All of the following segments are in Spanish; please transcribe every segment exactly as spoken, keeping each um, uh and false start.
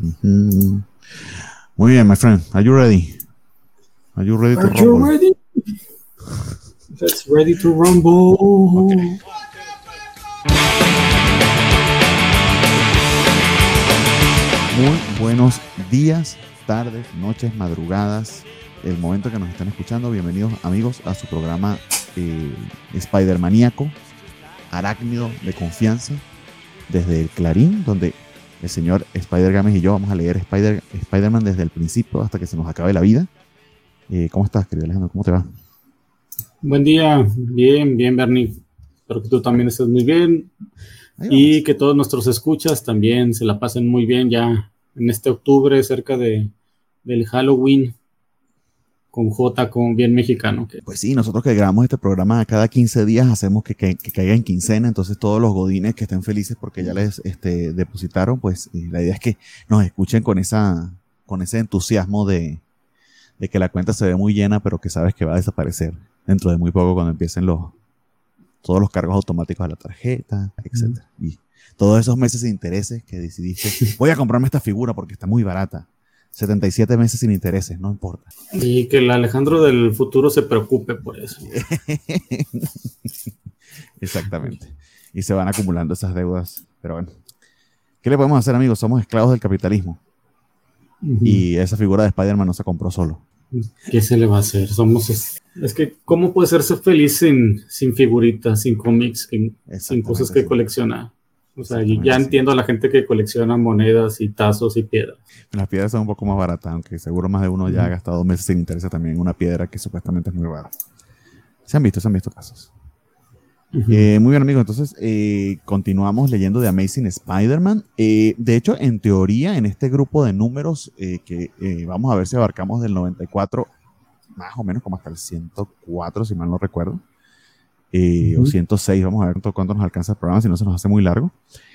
Mm-hmm. Muy bien, my friend. Are you ready? Are you ready to Are you ready? Let's ready to rumble. Okay. Muy buenos días, tardes, noches, madrugadas, el momento que nos están escuchando. Bienvenidos, amigos, a su programa eh, Spider-Maníaco, arácnido de confianza, desde el Clarín, donde el señor Spider Games y yo vamos a leer Spider, Spider-Man desde el principio hasta que se nos acabe la vida. Eh, ¿Cómo estás, querido Alejandro? ¿Cómo te va? Buen día, bien, bien, Bernie. Espero que tú también estés muy bien y que todos nuestros escuchas también se la pasen muy bien ya en este octubre, cerca de, del Halloween, con J, con bien mexicano. Que... Pues sí, nosotros que grabamos este programa cada quince días hacemos que, que, que caiga en quincena, entonces todos los godines que estén felices porque ya les este, depositaron, pues la idea es que nos escuchen con esa con ese entusiasmo de, de que la cuenta se ve muy llena, pero que sabes que va a desaparecer dentro de muy poco cuando empiecen los todos los cargos automáticos a la tarjeta, etcétera. Mm. Y todos esos meses de intereses que decidiste, voy a comprarme esta figura porque está muy barata. setenta y siete meses sin intereses, no importa. Y que el Alejandro del futuro se preocupe por eso. Exactamente. Y se van acumulando esas deudas. Pero bueno, ¿qué le podemos hacer, amigos? Somos esclavos del capitalismo. Uh-huh. Y esa figura de Spider-Man no se compró solo. ¿Qué se le va a hacer? Somos... Es que, ¿cómo puede ser feliz sin, sin figuritas, sin cómics, sin, sin cosas que sí. coleccionar? O sea, ya sí. entiendo a la gente que colecciona monedas y tazos y piedras. Las piedras son un poco más baratas, aunque seguro más de uno ya ha gastado meses sin interés también en una piedra que supuestamente es muy rara. Se han visto, se han visto casos. Uh-huh. Eh, muy bien, amigos, entonces eh, continuamos leyendo de Amazing Spider-Man. Eh, de hecho, en teoría, en este grupo de números eh, que eh, vamos a ver si abarcamos del noventa y cuatro, más o menos como hasta el ciento cuatro, si mal no recuerdo. Eh, uh-huh. O ciento seis, vamos a ver cuánto nos alcanza el programa, si no se nos hace muy largo.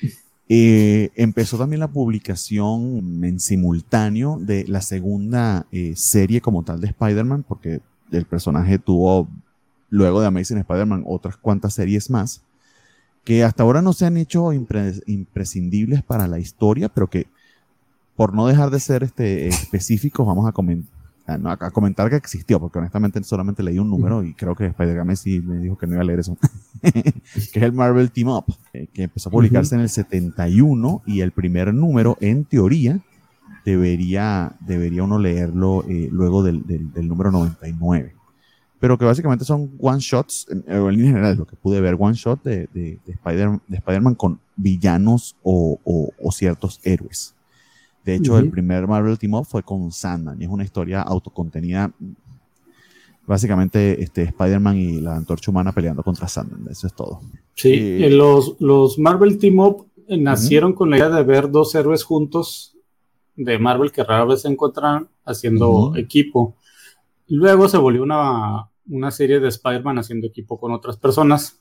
Eh, empezó también la publicación en simultáneo de la segunda eh, serie como tal de Spider-Man, porque el personaje tuvo, luego de Amazing Spider-Man, otras cuantas series más, que hasta ahora no se han hecho impre- imprescindibles para la historia, pero que por no dejar de ser este, específicos, vamos a comentar. A, no, a comentar que existió, porque honestamente solamente leí un número y creo que Spider-Man sí me dijo que no iba a leer eso. Que es el Marvel Team Up, eh, que empezó a publicarse uh-huh. en el setenta y uno, y el primer número, en teoría, debería, debería uno leerlo eh, luego del, del, del número noventa y nueve. Pero que básicamente son one-shots, en, en línea general, lo que pude ver, one-shot de, de, de, Spider, de Spider-Man con villanos o, o, o ciertos héroes. De hecho, uh-huh. el primer Marvel Team Up fue con Sandman, y es una historia autocontenida. Básicamente, este, Spider-Man y la Antorcha Humana peleando contra Sandman. Eso es todo. Sí, eh, los, los Marvel Team Up eh, nacieron uh-huh. con la idea de ver dos héroes juntos de Marvel que rara vez se encuentran haciendo uh-huh. equipo. Luego se volvió una, una serie de Spider-Man haciendo equipo con otras personas,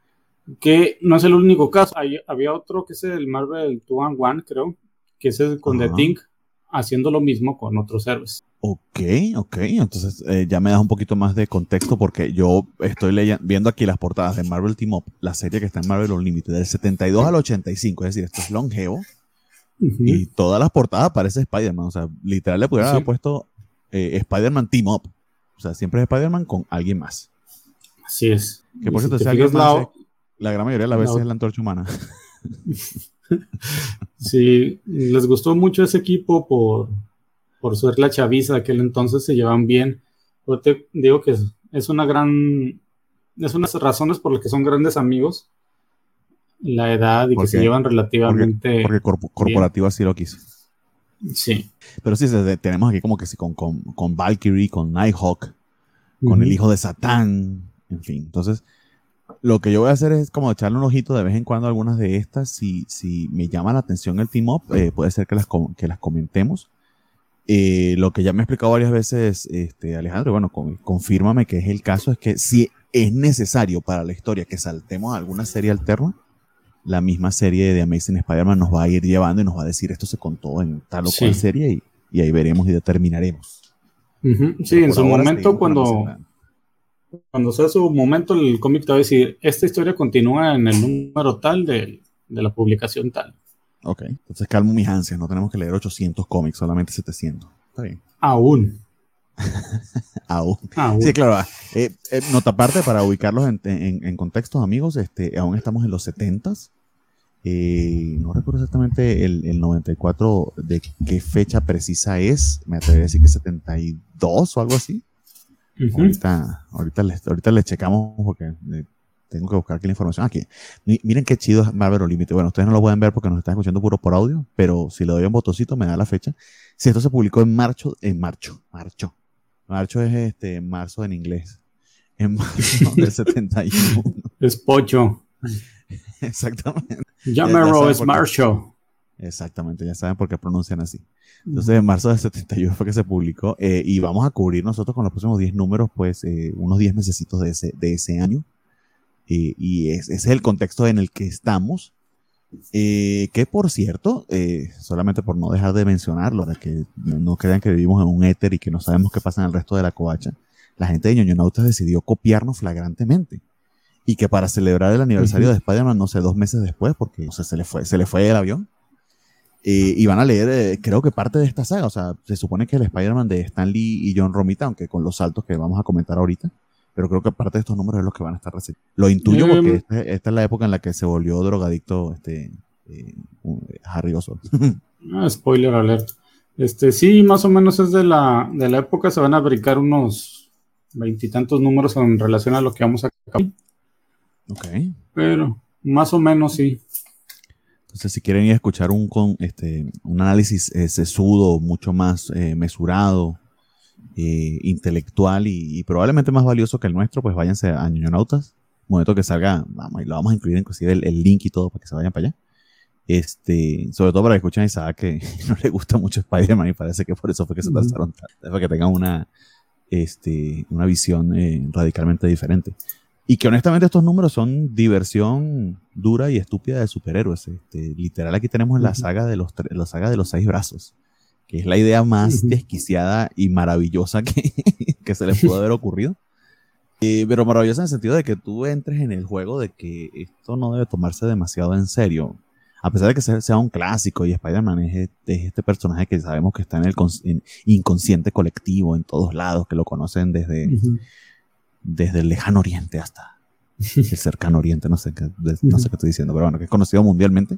que no es el único caso. Hay, había otro que es el Marvel two and one, creo, que es el con uh-huh. The Thing, haciendo lo mismo con otros héroes. Ok, ok, entonces eh, ya me das un poquito más de contexto, porque yo estoy leyendo, viendo aquí las portadas de Marvel Team Up, la serie que está en Marvel Unlimited, del setenta y dos al ochenta y cinco, es decir, esto es longevo, uh-huh. y todas las portadas parece Spider-Man, o sea, literal le pudieran sí. haber puesto eh, Spider-Man Team Up, o sea, siempre es Spider-Man con alguien más. Así es. Que por cierto, si alguien más, la... la gran mayoría de las veces la... es la Antorcha Humana. Sí, les gustó mucho ese equipo por, por ser la chaviza de aquel entonces, se llevan bien. Yo te digo que es, es una gran, es unas razones por las que son grandes amigos, la edad y que se llevan relativamente porque, porque corp- corporativo así lo quiso. Sí. Pero sí, tenemos aquí como que sí, con, con, con Valkyrie, con Nighthawk, uh-huh. con el hijo de Satán, en fin, entonces lo que yo voy a hacer es como echarle un ojito de vez en cuando a algunas de estas. Si, si me llama la atención el Team Up, eh, puede ser que las, que las comentemos. Eh, lo que ya me he explicado varias veces, este, Alejandro, bueno, con, confírmame que es el caso, es que si es necesario para la historia que saltemos a alguna serie alterna, la misma serie de Amazing Spider-Man nos va a ir llevando y nos va a decir esto se contó en tal o sí. cual serie, y, y ahí veremos y determinaremos. Uh-huh. Sí, en su momento cuando... Cuando sea su momento, el cómic te va a decir, esta historia continúa en el número tal de, de la publicación tal. Ok, entonces calmo mis ansias, no tenemos que leer ochocientos cómics, solamente setecientos. Está bien. Aún. Aún. Aún. Sí, claro. Eh, eh, nota aparte, para ubicarlos en, en, en contextos, amigos, este, aún estamos en los setentas. Eh, no recuerdo exactamente el, el noventa y cuatro de qué fecha precisa es. Me atrevería a decir que setenta y dos o algo así. Uh-huh. Ahorita, ahorita, les, ahorita les checamos porque eh, tengo que buscar aquí la información. Aquí. M- miren qué chido es Marvel Unlimited. Bueno, ustedes no lo pueden ver porque nos están escuchando puro por audio, pero si le doy un botoncito me da la fecha. Si esto se publicó en marzo, en marzo, marzo. Marzo es este, marzo en inglés. En marzo del setenta y uno. Es pocho. Exactamente. Llamero es marzo. Exactamente, ya saben por qué pronuncian así. Entonces, en marzo del setenta y uno fue que se publicó eh, y vamos a cubrir nosotros con los próximos diez números, pues, eh, unos diez mesecitos de ese, de ese año. Eh, y es, ese es el contexto en el que estamos. Eh, que, por cierto, eh, solamente por no dejar de mencionarlo, para que no, no crean que vivimos en un éter y que no sabemos qué pasa en el resto de la covacha, la gente de Ñoñonautas decidió copiarnos flagrantemente. Y que para celebrar el aniversario uh-huh. de Spider-Man, no sé, dos meses después, porque no sé, se le fue, se le fue el avión, eh, y van a leer, eh, creo que parte de esta saga. O sea, se supone que el Spider-Man de Stan Lee y John Romita, aunque con los saltos que vamos a comentar ahorita, pero creo que parte de estos números es los que van a estar recibiendo. Lo intuyo porque um, esta, esta es la época en la que se volvió drogadicto este eh, Harry Osborn. Ah, spoiler alert. Este, sí, más o menos es de la, de la época, se van a brincar unos veintitantos números en relación a lo que vamos a acabar. Ok. Pero, más o menos sí. Entonces, si quieren ir a escuchar un, con, este, un análisis eh, sesudo, mucho más eh, mesurado, eh, intelectual y, y probablemente más valioso que el nuestro, pues váyanse a Ñoñonautas. Momento que salga, vamos, y lo vamos a incluir inclusive el, el link y todo para que se vayan para allá. Este, sobre todo para que escuchen a Isaac, que no le gusta mucho Spider-Man y parece que por eso fue que se atrasaron tanto, para que tengan una, este, una visión eh, radicalmente diferente. Y que honestamente estos números son diversión dura y estúpida de superhéroes. Este, literal, aquí tenemos la saga de los, la saga de los seis brazos, que es la idea más desquiciada y maravillosa que, que se les pudo haber ocurrido. Eh, pero maravillosa en el sentido de que tú entres en el juego de que esto no debe tomarse demasiado en serio. A pesar de que sea un clásico y Spider-Man es este, es este personaje que sabemos que está en el en inconsciente colectivo en todos lados, que lo conocen desde... Uh-huh. desde el lejano oriente hasta el cercano oriente, no sé qué, no sé qué estoy diciendo, pero bueno, que es conocido mundialmente,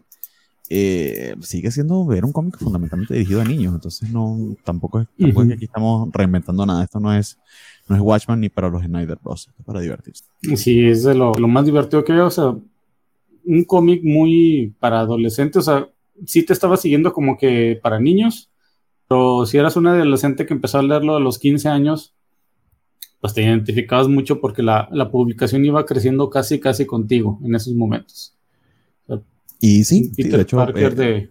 eh, sigue siendo ver un cómic fundamentalmente dirigido a niños, entonces no, tampoco es, tampoco uh-huh. es que aquí estamos reinventando nada, esto no es, no es Watchmen ni para los Snyder Bros, es para divertirse. Sí, es de lo, lo más divertido que veo, o sea, un cómic muy para adolescentes, o sea, sí te estaba siguiendo como que para niños, pero si eras un adolescente que empezó a leerlo a los quince años, pues te identificabas mucho porque la, la publicación iba creciendo casi, casi contigo en esos momentos. O sea, y sí, Peter sí, de hecho, Parker eh, de...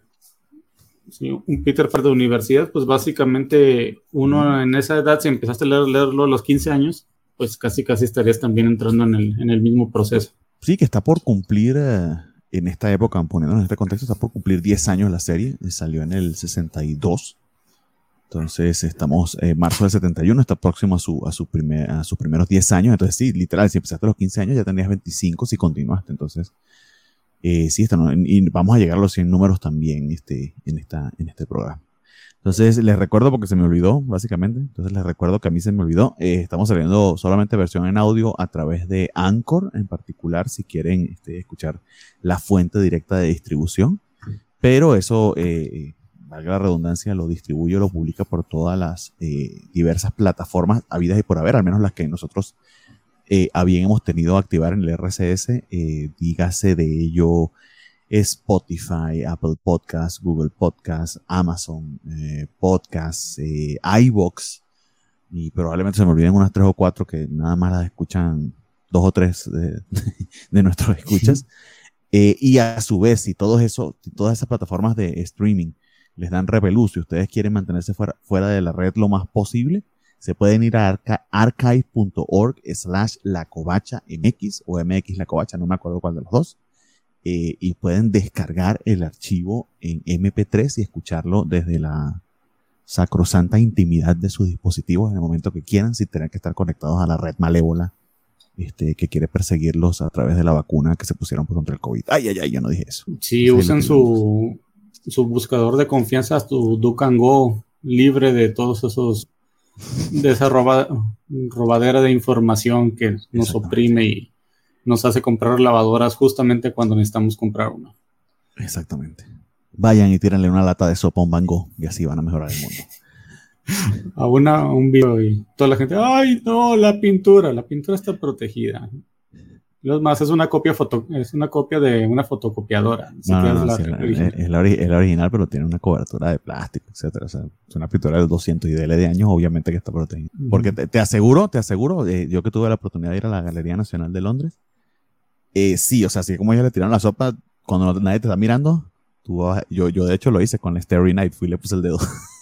Sí, un Peter Parker de universidad, pues básicamente uno en esa edad, si empezaste a leer, leerlo a los quince años, pues casi, casi estarías también entrando en el, en el mismo proceso. Sí, que está por cumplir, eh, en esta época, poniéndonos en este contexto, está por cumplir diez años la serie, salió en el sesenta y dos. Entonces estamos en eh, marzo del setenta y uno, está próximo a, su, a, su primer, a sus primeros diez años. Entonces sí, literal, si empezaste a los quince años ya tendrías veinticinco si continuaste. Entonces eh, sí, está, ¿no? Y vamos a llegar a los cien números también este, en, esta, en este programa. Entonces les recuerdo, porque se me olvidó básicamente, entonces les recuerdo que a mí se me olvidó, eh, estamos saliendo solamente versión en audio a través de Anchor en particular, si quieren este, escuchar la fuente directa de distribución, pero eso... Eh, valga la redundancia, lo distribuye, lo publica por todas las eh, diversas plataformas habidas y por haber, al menos las que nosotros eh, bien hemos tenido a activar en el R S S, eh, dígase de ello Spotify, Apple Podcasts, Google Podcasts, Amazon eh, Podcasts, eh, iVoox, y probablemente se me olviden unas tres o cuatro que nada más las escuchan dos o tres de, de nuestros escuchas, eh, y a su vez, si todo eso, todas esas plataformas de streaming les dan repelús, si ustedes quieren mantenerse fuera, fuera de la red lo más posible, se pueden ir a arca, archive.org slash lacovacha mx o mx lacovacha, no me acuerdo cuál de los dos, eh, y pueden descargar el archivo en eme pe tres y escucharlo desde la sacrosanta intimidad de sus dispositivos en el momento que quieran, sin tener que estar conectados a la red malévola este, que quiere perseguirlos a través de la vacuna que se pusieron contra el COVID. Ay, ay, ay, yo no dije eso. Sí, usan su... su buscador de confianza, tu DuckDuckGo, libre de todos esos, de esa roba, robadera de información que nos oprime y nos hace comprar lavadoras justamente cuando necesitamos comprar una. Exactamente. Vayan y tírenle una lata de sopa a un Van Gogh y así van a mejorar el mundo. A una, un video y toda la gente, ¡ay no! La pintura, la pintura está protegida. Lo más, es una copia foto, es una copia de una fotocopiadora. No, no, no, es, la, sí, original. Es, la, es la original, pero tiene una cobertura de plástico, etcétera. O sea, es una pintura de doscientos y de años, obviamente que está protegida. Uh-huh. Porque te, te aseguro, te aseguro, eh, yo que tuve la oportunidad de ir a la Galería Nacional de Londres, eh, sí, o sea, así como ellos le tiraron la sopa, cuando nadie te está mirando, tú vas, yo, yo de hecho lo hice con la Starry Night, fui y le puse el dedo.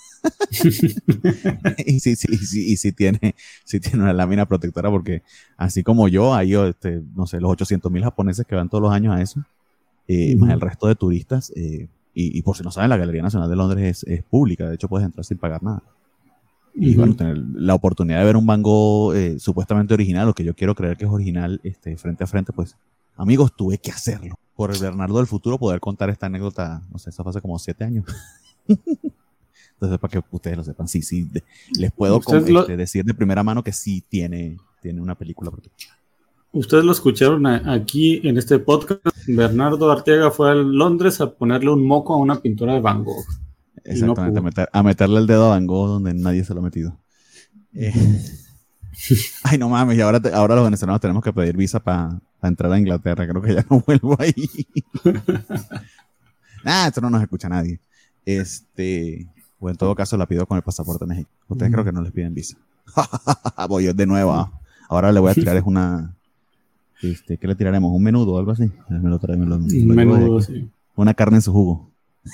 y sí, sí, sí, y sí tiene, sí tiene una lámina protectora, porque así como yo, hay este, no sé, los ochocientos mil japoneses que van todos los años a eso, eh, uh-huh. más el resto de turistas, eh, y, y por si no saben, la Galería Nacional de Londres es, es pública, de hecho puedes entrar sin pagar nada. Uh-huh. Y bueno, tener la oportunidad de ver un Van Gogh eh, supuestamente original, o que yo quiero creer que es original, este, frente a frente, pues, amigos, tuve que hacerlo. Por el Bernardo del futuro, poder contar esta anécdota, no sé, eso fue hace como siete años. Entonces, para que ustedes lo sepan, sí, sí, de, les puedo con, este, lo... decir de primera mano que sí tiene, tiene una película protectora. Ustedes lo escucharon a, aquí en este podcast. Bernardo Arteaga fue a Londres a ponerle un moco a una pintura de Van Gogh. Exactamente, no a, meter, a meterle el dedo a Van Gogh donde nadie se lo ha metido. Eh, ay, no mames, y ahora, te, ahora los venezolanos tenemos que pedir visa para pa entrar a Inglaterra. Creo que ya no vuelvo ahí. Nah, esto no nos escucha nadie. Este... O en todo caso la pido con el pasaporte de México. Ustedes mm. creo que no les piden visa. Voy yo de nuevo. ¿eh? Ahora le voy a tirar es una... Este, ¿qué le tiraremos? ¿Un menudo o algo así? Me lo trae, me lo, me lo menudo, sí. Una carne en su jugo.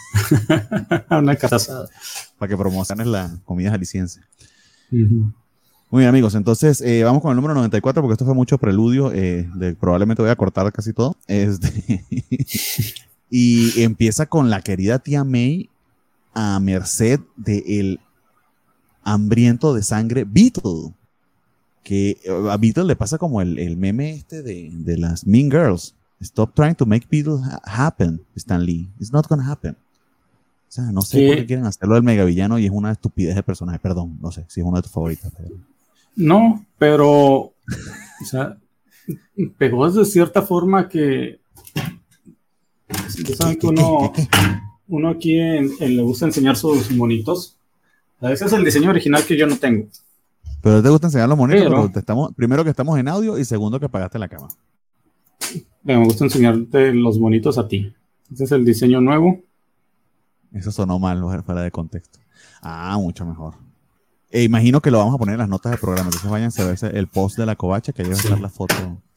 Una carne asada. Para que promociones la comida jalisciense. Uh-huh. Muy bien, amigos. Entonces, eh, vamos con el número noventa y cuatro, porque esto fue mucho preludio. Eh, de, probablemente voy a cortar casi todo. Este, y empieza con la querida tía May a merced del hambriento de sangre Beetle, que a Beetle le pasa como el, el meme este de, de las Mean Girls. Stop trying to make Beetle ha- happen, Stan Lee. It's not gonna happen. O sea, no sé ¿Qué? por qué quieren hacerlo del megavillano y es una estupidez de personaje. Perdón, no sé si es uno de tus favoritas. Pero... No, pero o sea, pegó de cierta forma que saben que uno Uno aquí en, en le gusta enseñar sus monitos. Ese es el diseño original que yo no tengo. Pero te gusta enseñar los monitos, pero, pero te estamos, primero que estamos en audio y segundo que apagaste la cama. Me gusta enseñarte los monitos a ti. Ese es el diseño nuevo. Eso sonó mal, fuera de contexto. Ah, mucho mejor. E imagino que lo vamos a poner en las notas del programa. Entonces váyanse a ver el post de la covacha, que ahí va a estar la foto.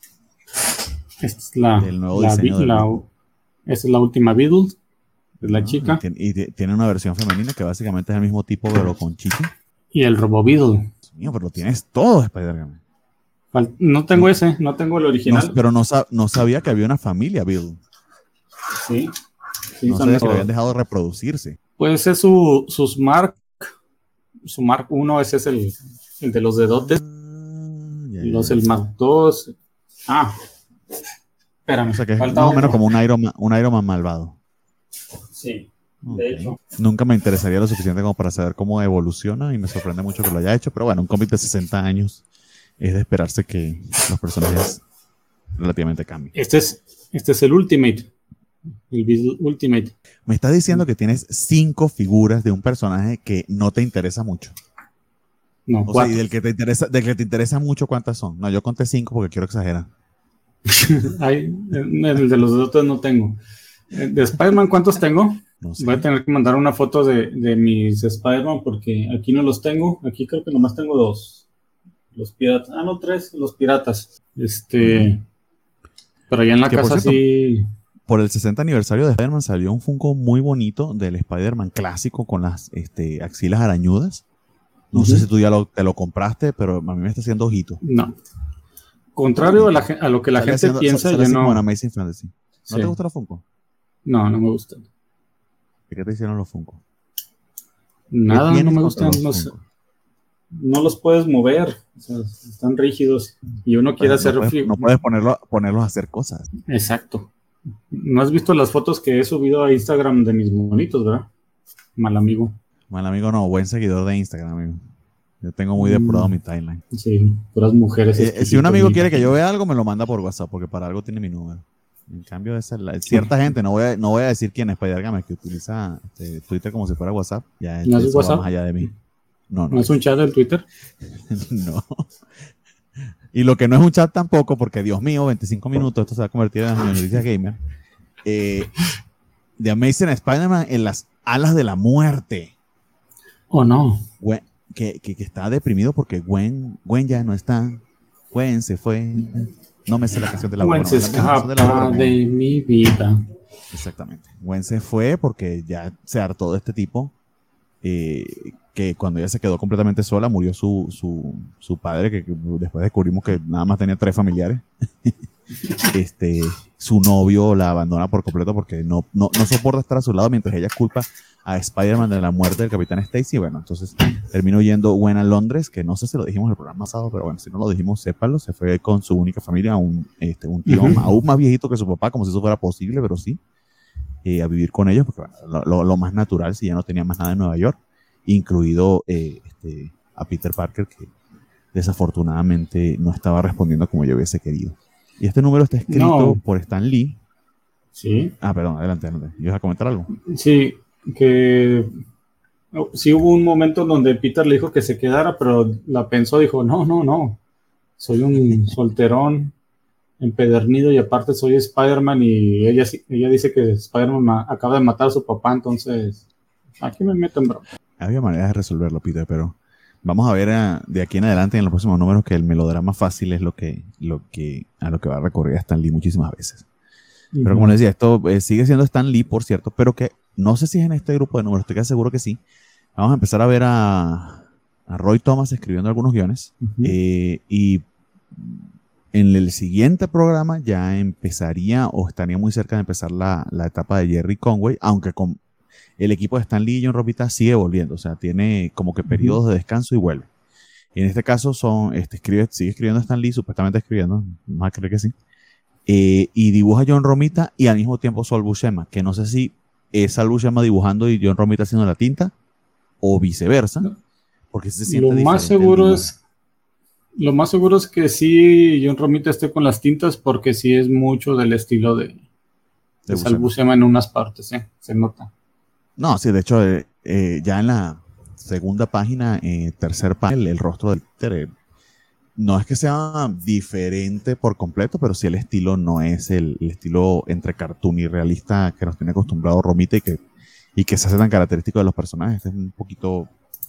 Esta es la, del nuevo la, diseño. la, del... Esta es la última Beetle. Es la chica. Y tiene, y tiene una versión femenina que básicamente es el mismo tipo, pero con chichi. Y el Robo Beetle. Dios mío, pero lo tienes todo, Spider-Man. No tengo no, ese, no tengo el original. No, pero no, no sabía que había una familia Beetle. Sí. sí no sabía que lo habían dejado de reproducirse. Pues es su, sus Mark. Su Mark uno, ese es el, el de los dedotes. Ah, ya, y los ya, el Mark dos. Ah. Espérame. O sea que es más o menos como un Iron Man, un Iron Man malvado. Sí, okay. De hecho. Nunca me interesaría lo suficiente como para saber cómo evoluciona y me sorprende mucho que lo haya hecho, pero bueno, un cómic de sesenta años es de esperarse que los personajes relativamente cambien. Este es, este es el Ultimate. El Ultimate. Me estás diciendo que tienes cinco figuras de un personaje que no te interesa mucho. No, o cuatro. sea, y del que te interesa, del que te interesa mucho, ¿cuántas son? No, yo conté cinco porque quiero exagerar. Ay, el de los otros no tengo. De Spider-Man, ¿cuántos tengo? No sé. Voy a tener que mandar una foto de, de mis Spider-Man porque aquí no los tengo. Aquí creo que nomás tengo dos. Los piratas. Ah, no, tres. Los piratas. Este. Mm. Pero allá en la que casa por cierto, sí. Por el sesenta aniversario de Spider-Man salió un Funko muy bonito del Spider-Man clásico con las este, axilas arañudas. No uh-huh. sé si tú ya lo, te lo compraste, pero a mí me está haciendo ojito. No. Contrario a, la, a lo que la sale gente haciendo, piensa, yo no. Como en Amazing Fantasy. ¿No sí. te gustan los Funko? No, no me gustan. ¿Qué te hicieron los Funko? Nada, no me gustan. No, no los puedes mover. O sea, están rígidos. Y uno quiere no hacer... Puedes, no puedes ponerlo, ponerlos a hacer cosas. Exacto. ¿No has visto las fotos que he subido a Instagram de mis monitos, verdad? Mal amigo. Mal amigo no, buen seguidor de Instagram, amigo. Yo tengo muy depurado mm, mi timeline. Sí, puras mujeres. Eh, si un amigo quiere que yo vea algo, me lo manda por WhatsApp, porque para algo tiene mi número. En cambio, esa es la, cierta gente, no voy, a, no voy a decir quién es, Spider-Gamer, que utiliza este, Twitter como si fuera WhatsApp. Ya ¿No es WhatsApp? Más allá de mí. No, no, ¿No es un chat del Twitter? No. Y lo que no es un chat tampoco, porque Dios mío, veinticinco minutos, esto se va a convertir en la noticia gamer. Eh, The Amazing Spider-Man en las alas de la muerte. Oh, no. Gwen, que, que, que está deprimido porque Gwen, Gwen ya no está. Gwen se fue. No me sé la canción de la Gwen se escapa de, la de mi vida. Exactamente. Gwen se fue porque ya se hartó de este tipo. Eh, que cuando ella se quedó completamente sola, murió su, su, su padre, que, que después descubrimos que nada más tenía tres familiares. este, su novio la abandona por completo porque no, no, no soporta estar a su lado mientras ella culpa a Spider-Man de la muerte del Capitán Stacy. Bueno, entonces terminó yendo Gwen a Londres, que no sé si lo dijimos en el programa pasado, pero bueno, si no lo dijimos, sépalo. Se fue con su única familia, un, este, un tío uh-huh. aún más viejito que su papá, como si eso fuera posible, pero sí, eh, a vivir con ellos, porque bueno, lo, lo, lo más natural, si ya no tenía más nada en Nueva York, incluido eh, este, a Peter Parker, que desafortunadamente no estaba respondiendo como yo hubiese querido. Y este número está escrito no. por Stan Lee. Sí. Ah, perdón, adelante, adelante. ¿Ibas a comentar algo? Sí, que sí hubo un momento donde Peter le dijo que se quedara, pero la pensó, dijo, no, no, no, soy un solterón empedernido y aparte soy Spider-Man y ella, ella dice que Spider-Man acaba de matar a su papá, entonces aquí me meten, bro. Había maneras de resolverlo, Peter, pero vamos a ver a, de aquí en adelante en los próximos números que el melodrama fácil es lo que, lo que a lo que va a recurrir a Stan Lee muchísimas veces. Uh-huh. Pero como les decía, esto eh, sigue siendo Stan Lee, por cierto, pero que no sé si es en este grupo de números, estoy casi seguro que sí. Vamos a empezar a ver a, a Roy Thomas escribiendo algunos guiones. Uh-huh. eh, y en el siguiente programa ya empezaría o estaría muy cerca de empezar la, la etapa de Jerry Conway, aunque con el equipo de Stan Lee y John Romita sigue volviendo, o sea, tiene como que periodos uh-huh. de descanso y vuelve. Y en este caso son, este, escribe, sigue escribiendo Stan Lee, supuestamente escribiendo, vamos a creer que sí. Eh, y dibuja John Romita y al mismo tiempo Sol Buscema, que no sé si es Sol Buscema dibujando y John Romita haciendo la tinta o viceversa, porque se siente lo más seguro es lo más seguro es que sí John Romita esté con las tintas, porque sí es mucho del estilo de, de, de Sol Buscema en unas partes, ¿eh? Se nota. No, sí, de hecho eh, eh, ya en la segunda página, eh, tercer panel, el rostro del Peter eh, no es que sea diferente por completo, pero sí el estilo no es el, el estilo entre cartoon y realista que nos tiene acostumbrado Romita y que, y que se hace tan característico de los personajes. Es un poquito,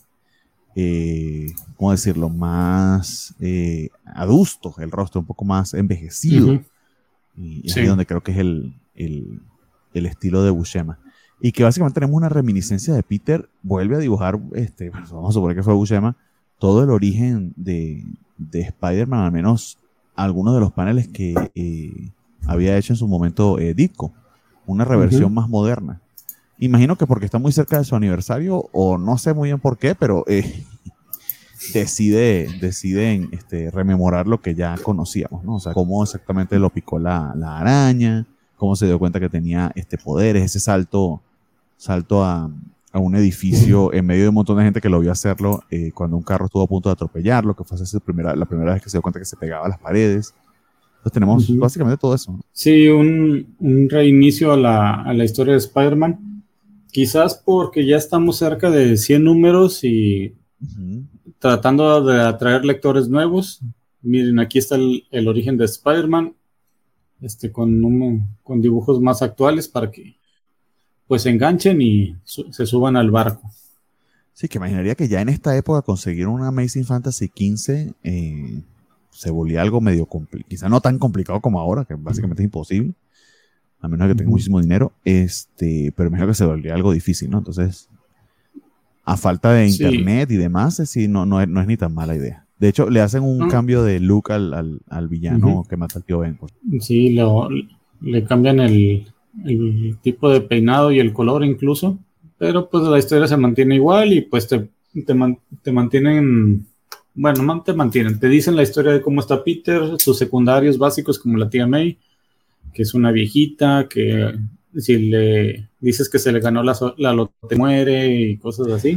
eh, ¿cómo decirlo? Más eh, adusto el rostro, un poco más envejecido. Uh-huh. Y es sí. ahí donde creo que es el, el, el estilo de Buscema. Y que básicamente tenemos una reminiscencia de Peter, vuelve a dibujar, este, bueno, vamos a suponer que fue Buscema, todo el origen de, de Spider-Man, al menos algunos de los paneles que eh, había hecho en su momento eh, Ditko, una reversión uh-huh. más moderna. Imagino que porque está muy cerca de su aniversario, o no sé muy bien por qué, pero eh, decide, deciden este, rememorar lo que ya conocíamos, ¿no? O sea, cómo exactamente lo picó la, la araña, cómo se dio cuenta que tenía este poderes, ese salto, salto a, a un edificio en medio de un montón de gente que lo vio hacerlo eh, cuando un carro estuvo a punto de atropellarlo, que fue esa primera, la primera vez que se dio cuenta que se pegaba a las paredes. Entonces tenemos uh-huh. básicamente todo eso. Sí, un, un reinicio a la, a la historia de Spider-Man. Quizás porque ya estamos cerca de cien números y uh-huh. tratando de atraer lectores nuevos. Miren, aquí está el, el origen de Spider-Man, este, con, un, con dibujos más actuales para que pues se enganchen y su, se suban al barco. Sí, que imaginaría que ya en esta época conseguir una Amazing Fantasy quince eh, se volvía algo medio complicado, quizá no tan complicado como ahora, que básicamente es imposible, a menos que tenga uh-huh. muchísimo dinero, este, pero me imagino que se volvía algo difícil, ¿no? Entonces, a falta de internet sí. y demás, sí, no, no, es, no es ni tan mala idea. De hecho, le hacen un uh-huh. cambio de look al, al, al villano uh-huh. que mata al tío Ben. Sí, lo, le cambian el, el tipo de peinado y el color incluso, pero pues la historia se mantiene igual y pues te, te, man, te mantienen, bueno, no te mantienen, te dicen la historia de cómo está Peter, sus secundarios básicos como la tía May, que es una viejita, que si le dices que se le ganó la, la lotería muere y cosas así.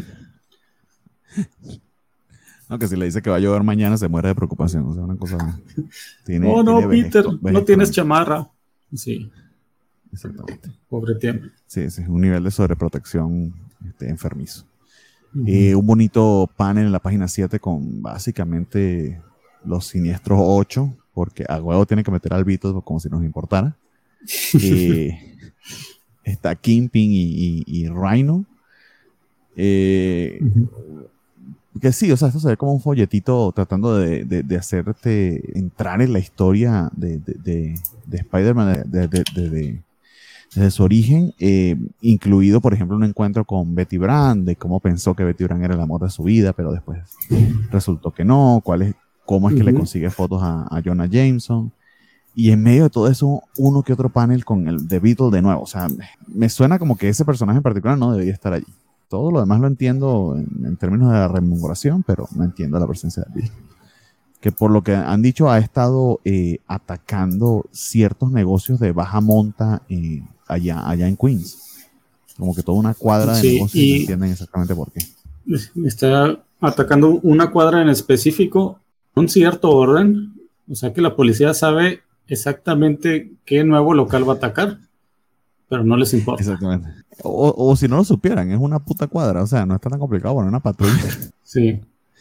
No, que si le dice que va a llover mañana se muere de preocupación. O sea, una cosa. Tiene, oh, no, tiene Peter, vejesto, no tienes chamarra. Sí. Exactamente. Pobre tiempo. Sí, ese es un nivel de sobreprotección este, enfermizo. Uh-huh. Eh, un bonito panel en la página siete con básicamente los siniestros ocho, porque a huevo tiene que meter al Beatles como si nos importara. eh, está Kingpin y, y, y Rhino. Eh, uh-huh. Que sí, o sea, esto se ve como un folletito tratando de, de, de hacerte entrar en la historia de, de, de, de Spider-Man de, de, de, de, desde su origen, eh, incluido, por ejemplo, un encuentro con Betty Brant, de cómo pensó que Betty Brant era el amor de su vida, pero después resultó que no, cuál es, cómo es que uh-huh. le consigue fotos a, a Jonah Jameson. Y en medio de todo eso, uno que otro panel con el The Beatles de nuevo. O sea, me suena como que ese personaje en particular no debería estar allí. Todo lo demás lo entiendo en, en términos de la rememoración, pero no entiendo la presencia de Bill. Que por lo que han dicho ha estado eh, atacando ciertos negocios de baja monta eh, allá, allá en Queens. Como que toda una cuadra de sí, negocios y no entienden exactamente por qué. Está atacando una cuadra en específico, un cierto orden. O sea que la policía sabe exactamente qué nuevo local va a atacar, pero no les importa. Exactamente. O, o si no lo supieran, es una puta cuadra, o sea, no está tan complicado poner una patrulla. Sí.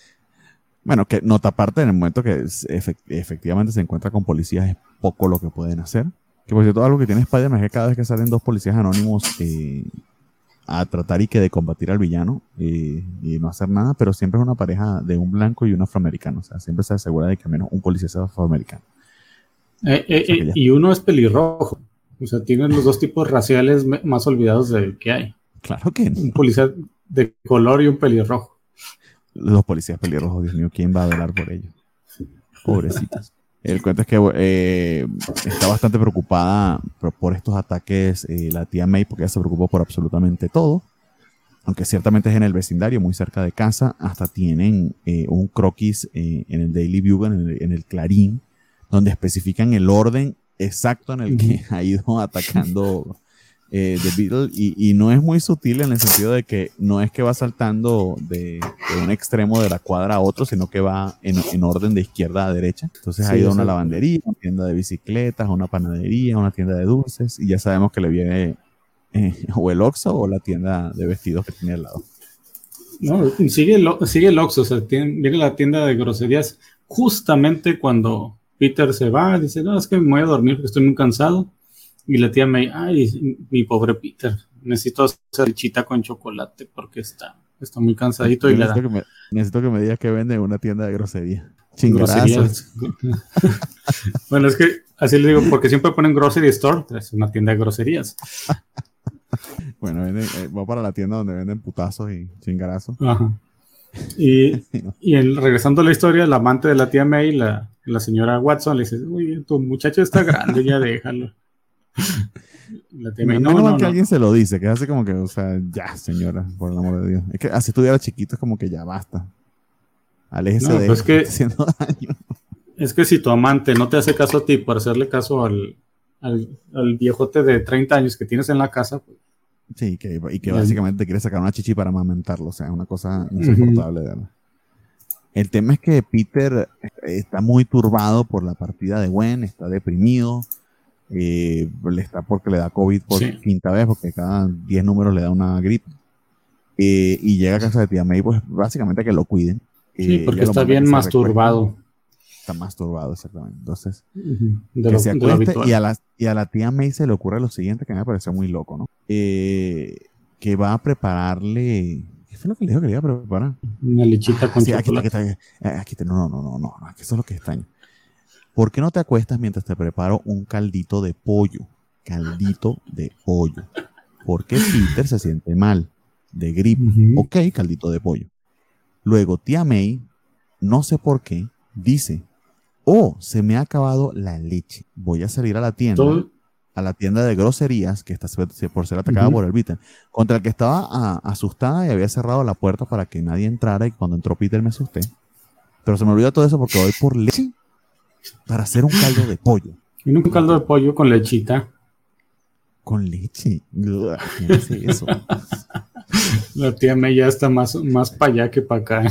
Bueno, que nota aparte, en el momento que efect- efectivamente se encuentra con policías, es poco lo que pueden hacer. Que por cierto, algo que tiene Spider-Man es que cada vez que salen dos policías anónimos eh, a tratar y que de combatir al villano eh, y no hacer nada, pero siempre es una pareja de un blanco y un afroamericano. O sea, siempre se asegura de que al menos un policía sea afroamericano. Eh, eh, o sea, y uno es pelirrojo. O sea, tienen los dos tipos raciales más olvidados de que hay. Claro que no. Un policía de color y un pelirrojo. Los policías pelirrojos, Dios mío, ¿quién va a velar por ellos? Pobrecitos. El cuento es que eh, está bastante preocupada por, por estos ataques eh, la tía May, porque ella se preocupó por absolutamente todo. Aunque ciertamente es en el vecindario, muy cerca de casa. Hasta tienen eh, un croquis eh, en el Daily Bugle, en el, en el Clarín, donde especifican el orden exacto en el que ha ido atacando eh, The Beatles y, y no es muy sutil en el sentido de que no es que va saltando de, de un extremo de la cuadra a otro, sino que va en, en orden de izquierda a derecha. Entonces sí, ha ido a una lavandería, una tienda de bicicletas, una panadería, una tienda de dulces y ya sabemos que le viene eh, o el Oxxo o la tienda de vestidos que tiene al lado. No, sigue el, sigue el Oxxo, o sea, tiene, viene la tienda de groserías justamente cuando Peter se va, dice, no, es que me voy a dormir porque estoy muy cansado. Y la tía May, ay, mi pobre Peter, necesito hacer salchicha con chocolate porque está, está muy cansadito. Yo y necesito, le da... que me, necesito que me digas que vende una tienda de grosería. Chingarazos. Bueno, es que así le digo, porque siempre ponen grocery store, es una tienda de groserías. Bueno, venden, eh, va para la tienda donde venden putazos y chingarazos. Ajá. Y, y el, regresando a la historia, la amante de la tía May, la, la señora Watson, le dice, uy, tu muchacho está grande, ya déjalo. La tía May, no, no, no, no, que no. alguien se lo dice, que hace como que, o sea, ya, señora, por el amor de Dios. Es que así estuviera chiquito, es como que ya basta. Aléjese no, de pues él, que, está haciendo daño. Es que si tu amante no te hace caso a ti por hacerle caso al, al, al viejote de treinta años que tienes en la casa, pues. Sí, que, y que básicamente te quiere sacar una chichi para amamantarlo, o sea, es una cosa insoportable, uh-huh. de verdad. El tema es que Peter está muy turbado por la partida de Gwen, está deprimido, eh, le está porque le da COVID por sí. quinta vez, porque cada diez números le da una gripe, eh, y llega a casa de tía May, pues básicamente a que lo cuiden. Sí, eh, porque está bien masturbado. Está masturbado, exactamente. Entonces, uh-huh. que lo, se acueste y a, la, y a la tía May se le ocurre lo siguiente, que me pareció muy loco, ¿no? Eh, que va a prepararle... ¿Qué fue lo que le dijo que le iba a preparar? Una lechita con sí, chocolate. Aquí está, aquí está, aquí está. No, no, no, no, no, no, eso es lo que extraño. ¿Por qué no te acuestas mientras te preparo un caldito de pollo? Caldito de pollo. Porque Peter se siente mal, de gripe. Uh-huh. Ok, caldito de pollo. Luego, tía May, no sé por qué, dice... Oh, se me ha acabado la leche. Voy a salir a la tienda, ¿todo? A la tienda de groserías, que está por ser atacada uh-huh. por el Beatle, contra el que estaba a, asustada y había cerrado la puerta para que nadie entrara, y cuando entró Peter me asusté. Pero se me olvidó todo eso porque voy por leche para hacer un caldo de pollo. En un caldo de pollo con lechita. Con leche. Ugh, ¿quién hace eso? La tía May ya está más, más para allá que para acá.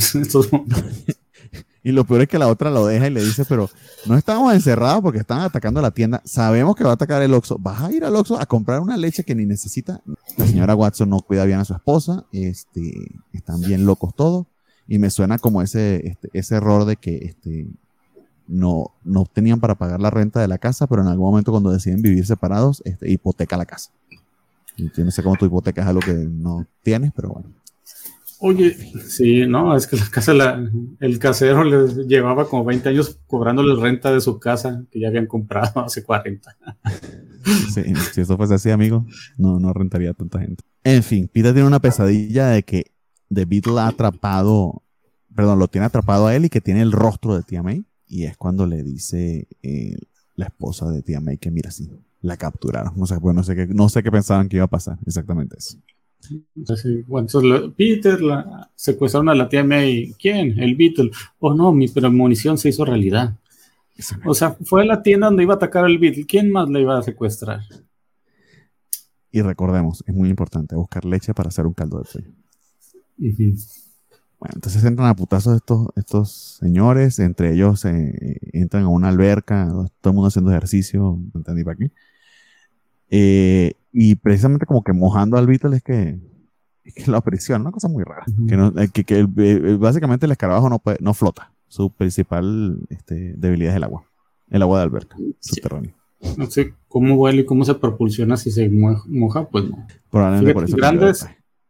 Y lo peor es que la otra lo deja y le dice, pero no estábamos encerrados porque están atacando la tienda. Sabemos que va a atacar el Oxxo. ¿Vas a ir al Oxxo a comprar una leche que ni necesita? La señora Watson no cuida bien a su esposa. Este, están bien locos todos. Y me suena como ese, este, ese error de que este, no, no tenían para pagar la renta de la casa, pero en algún momento cuando deciden vivir separados, este, hipoteca la casa. Y yo no sé cómo tu hipoteca es algo que no tienes, pero bueno. Oye, sí, no, es que la casa, la, el casero les llevaba como veinte años cobrándoles renta de su casa que ya habían comprado hace cuarenta. Sí, si eso fuese así, amigo, no, no rentaría a tanta gente. En fin, Peter tiene una pesadilla de que The Beetle ha atrapado, perdón, lo tiene atrapado a él y que tiene el rostro de tía May. Y es cuando le dice eh, la esposa de tía May que mira, sí, la capturaron. O sea, pues no sé qué, no sé qué pensaban que iba a pasar, exactamente eso. Entonces, bueno, entonces la, Peter la, secuestraron a la tía May. ¿Quién? El Beetle. Oh no, mi premonición se hizo realidad. O sea, fue a la tienda donde iba a atacar al Beetle. ¿Quién más le iba a secuestrar? Y recordemos, es muy importante buscar leche para hacer un caldo de pollo. Uh-huh. Bueno, entonces entran a putazos estos, estos señores, entre ellos eh, entran a una alberca, todo el mundo haciendo ejercicio, no entendí para qué. Eh, y precisamente como que mojando al Beetle es que, es que lo aprisiona, una cosa muy rara. Uh-huh. Que, no, eh, que, que eh, básicamente el escarabajo no, puede, no flota. Su principal este, debilidad es el agua. El agua de alberca, subterránea. No sé cómo huele y cómo se propulsiona si se moja, pues no. Probablemente Fíjate, por eso grandes,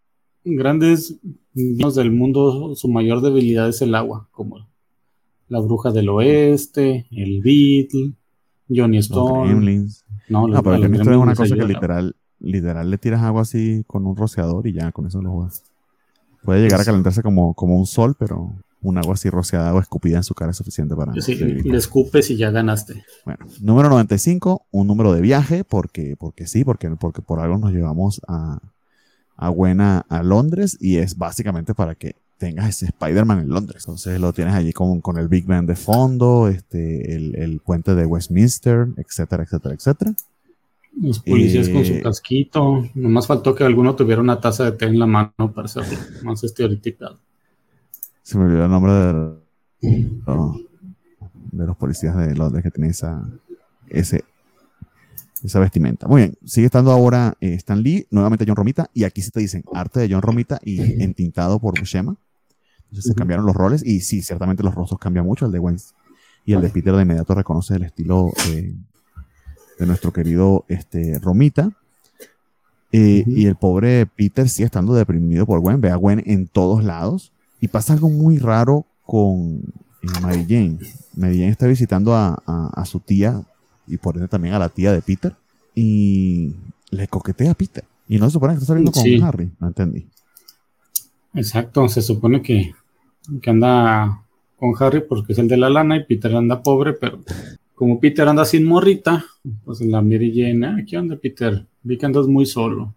grandes vinos del mundo, su mayor debilidad es el agua, como la Bruja del Oeste, el Beetle, Johnny Storm. Los Gremlins. No, los, no pero el Johnny Storm es una cosa que literal, literal le tiras agua así con un rociador y ya con eso lo juegas. Puede llegar a calentarse como, como un sol, pero un agua así rociada o escupida en su cara es suficiente para... Sí, le escupes y ya ganaste. Bueno, número noventa y cinco, un número de viaje, porque, porque sí, porque, porque por algo nos llevamos a, a Gwen a, a Londres y es básicamente para que tengas ese Spider-Man en Londres. Entonces lo tienes allí con, con el Big Ben de fondo, este, el, el puente de Westminster, etcétera, etcétera, etcétera. Los policías eh, con su casquito. Nomás faltó que alguno tuviera una taza de té en la mano para ser más estereotipado. Se me olvidó el nombre de, oh, de los policías de Londres que tienen esa, ese, esa vestimenta. Muy bien, sigue estando ahora eh, Stan Lee, nuevamente John Romita, y aquí se te dicen arte de John Romita y entintado por Buscema. Entonces uh-huh. se cambiaron los roles y sí, ciertamente los rostros cambian mucho. El de Gwen y el de Peter de inmediato reconoce el estilo eh, de nuestro querido este, Romita. Eh, uh-huh. Y el pobre Peter sigue estando deprimido por Gwen, ve a Gwen en todos lados. Y pasa algo muy raro con eh, Mary Jane. Mary Jane está visitando a, a, a su tía y por ende también a la tía de Peter y le coquetea a Peter. Y no se supone que está saliendo sí. con Harry, no entendí. Exacto, se supone que, que anda con Harry porque es el de la lana y Peter anda pobre, pero como Peter anda sin morrita, pues la Mary Jane, ah, ¿qué onda Peter? Vi que andas muy solo.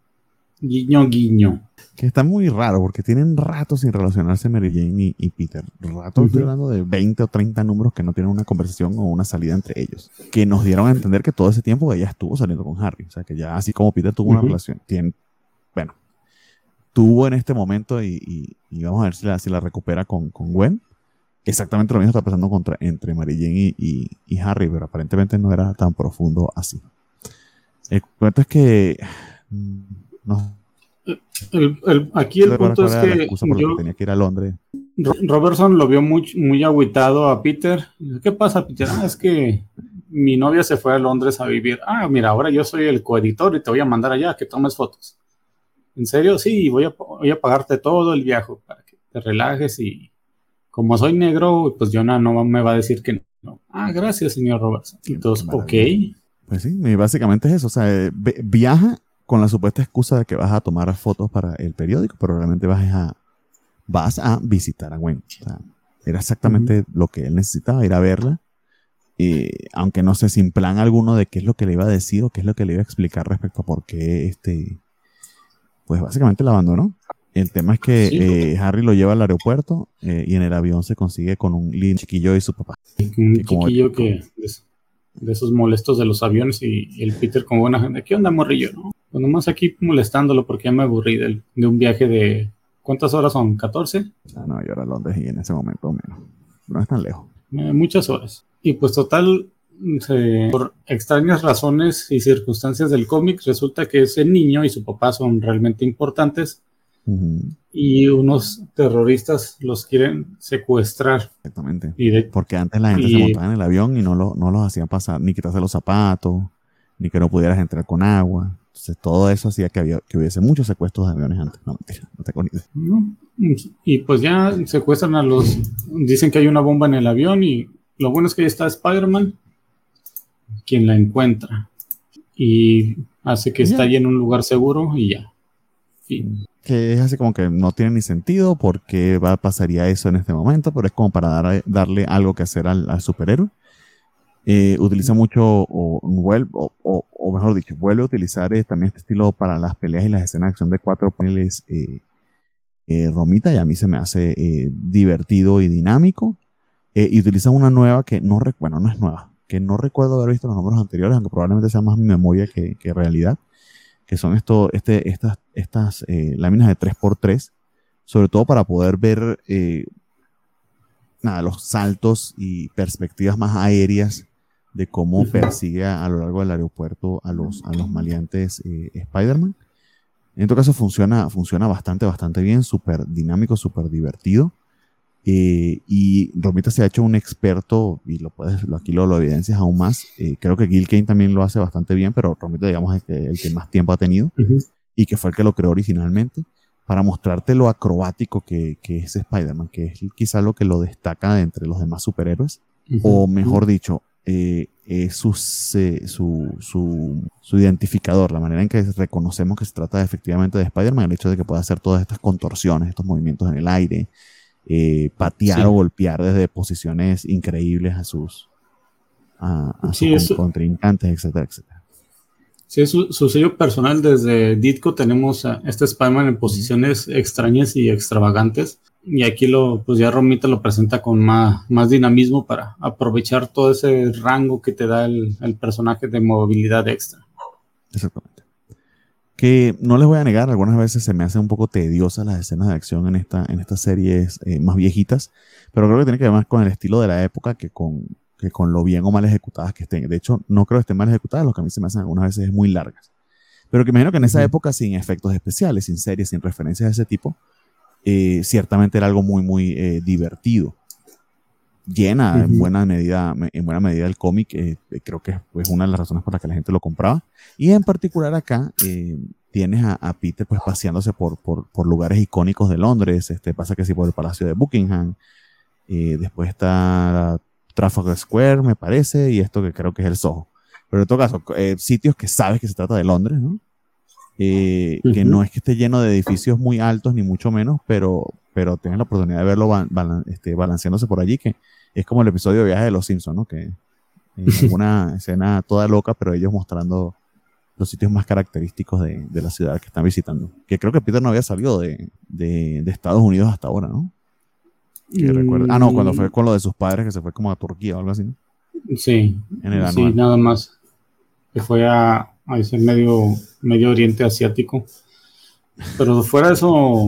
Guiño, guiño. Que está muy raro porque tienen rato sin relacionarse Mary Jane y, y Peter. Rato, uh-huh. estoy hablando de veinte o treinta números que no tienen una conversación o una salida entre ellos. Que nos dieron a entender que todo ese tiempo ella estuvo saliendo con Harry. O sea, que ya así como Peter tuvo uh-huh. una relación, tiene, bueno, tuvo en este momento y, y, y vamos a ver si la, si la recupera con, con Gwen. Exactamente lo mismo está pasando contra, entre Mary Jane y, y, y Harry, pero aparentemente no era tan profundo así. El cuento es que... no El, el, aquí el punto es que, yo, que tenía que ir a Londres. Robertson lo vio muy, muy agüitado a Peter. ¿Qué pasa, Peter? Ah, es que mi novia se fue a Londres a vivir. Ah, mira, ahora yo soy el coeditor y te voy a mandar allá a que tomes fotos. ¿En serio? Sí, voy a, voy a pagarte todo el viaje para que te relajes y como soy negro, pues Jonah no me va a decir que no. Ah, gracias, señor Robertson. Entonces, ok. Pues sí, básicamente es eso. O sea, viaja con la supuesta excusa de que vas a tomar fotos para el periódico, pero realmente vas a, vas a visitar a Gwen. O sea, era exactamente uh-huh. lo que él necesitaba, ir a verla, eh, aunque no sé, sin plan alguno de qué es lo que le iba a decir o qué es lo que le iba a explicar respecto a por qué, este, pues básicamente la abandonó. El tema es que sí. eh, Harry lo lleva al aeropuerto eh, y en el avión se consigue con un lindo chiquillo y su papá. Un chiquillo que... de esos molestos de los aviones y, y el Peter con buena gente. ¿Qué onda, morrillo? ¿No? Pues nomás aquí molestándolo porque ya me aburrí de, de un viaje de... ¿Cuántas horas son? ¿catorce? Ah, no, yo era Londres y en ese momento menos. No es tan lejos. Eh, muchas horas. Y pues total, se, por extrañas razones y circunstancias del cómic, resulta que ese niño y su papá son realmente importantes. Uh-huh. Y unos terroristas los quieren secuestrar. Exactamente. Y de, porque antes la gente y, se montaba en el avión y no, lo, no los hacían pasar, ni quitarse los zapatos, ni que no pudieras entrar con agua. Entonces todo eso hacía que, había, que hubiese muchos secuestros de aviones antes. No, mentira, no tengo ni idea. No. Y pues ya secuestran a los... Dicen que hay una bomba en el avión y lo bueno es que ahí está Spider-Man, quien la encuentra. Y hace que está ahí en un lugar seguro y ya. Fin. Que es así como que no tiene ni sentido porque va, pasaría eso en este momento, pero es como para dar, darle algo que hacer al, al superhéroe. Eh, utiliza mucho, o, o, o, o mejor dicho, vuelve a utilizar eh, también este estilo para las peleas y las escenas de acción de cuatro paneles eh, eh, Romita, y a mí se me hace eh, divertido y dinámico. Eh, y utiliza una nueva que no recuerdo, bueno, no es nueva, que no recuerdo haber visto en los números anteriores, aunque probablemente sea más mi memoria que, que realidad. Que son esto, este, estas, estas eh, láminas de tres por tres, sobre todo para poder ver eh, nada, los saltos y perspectivas más aéreas de cómo uh-huh. persigue a, a lo largo del aeropuerto a los, a los maleantes eh, Spider-Man. En todo caso funciona, funciona bastante, bastante bien, súper dinámico, súper divertido. Eh, y Romita se ha hecho un experto, y lo puedes, lo, aquí lo, lo evidencias aún más. Eh, creo que Gil Kane también lo hace bastante bien, pero Romita, digamos, es el, el que más tiempo ha tenido uh-huh. y que fue el que lo creó originalmente, para mostrarte lo acrobático que, que es Spider-Man, que es quizá lo que lo destaca de entre los demás superhéroes, uh-huh. o mejor uh-huh. dicho, eh, es su, se, su, su, su identificador, la manera en que reconocemos que se trata efectivamente de Spider-Man, el hecho de que pueda hacer todas estas contorsiones, estos movimientos en el aire. Eh, patear sí. o golpear desde posiciones increíbles a sus, a, a sí, sus eso, contrincantes, etcétera, etcétera. Sí, es su, su sello personal. Desde Ditko tenemos a este Spider-Man en posiciones extrañas y extravagantes, y aquí lo, pues ya Romita lo presenta con más, más dinamismo para aprovechar todo ese rango que te da el, el personaje de movilidad extra. Exactamente. Que no les voy a negar, algunas veces se me hacen un poco tediosas las escenas de acción en, esta, en estas series eh, más viejitas, pero creo que tiene que ver más con el estilo de la época que con, que con lo bien o mal ejecutadas que estén. De hecho, no creo que estén mal ejecutadas, lo que a mí se me hacen algunas veces es muy largas. Pero que imagino que en esa uh-huh. época, sin efectos especiales, sin series, sin referencias de ese tipo, eh, ciertamente era algo muy, muy eh, divertido. Llena uh-huh. en buena medida en buena medida el cómic, eh, creo que es una de las razones por las que la gente lo compraba, y en particular acá eh, tienes a, a Peter pues paseándose por, por, por lugares icónicos de Londres. Este, pasa que sí por el Palacio de Buckingham, eh, después está Trafalgar Square me parece, y esto que creo que es el Soho, pero en todo caso eh, sitios que sabes que se trata de Londres, ¿no? Eh, uh-huh. Que no es que esté lleno de edificios muy altos ni mucho menos, pero, pero tienes la oportunidad de verlo ba- balan- este, balanceándose por allí, que es como el episodio de Viaje de los Simpsons, ¿no? Que en una escena toda loca, pero ellos mostrando los sitios más característicos de, de la ciudad que están visitando. Que creo que Peter no había salido de, de, de Estados Unidos hasta ahora, ¿no? Que mm. recuerdo. Ah, no, cuando fue con lo de sus padres, que se fue como a Turquía o algo así, ¿no? Sí, en el sí, anual. Nada más. Que fue a, a ese medio, medio oriente asiático. Pero fuera de eso,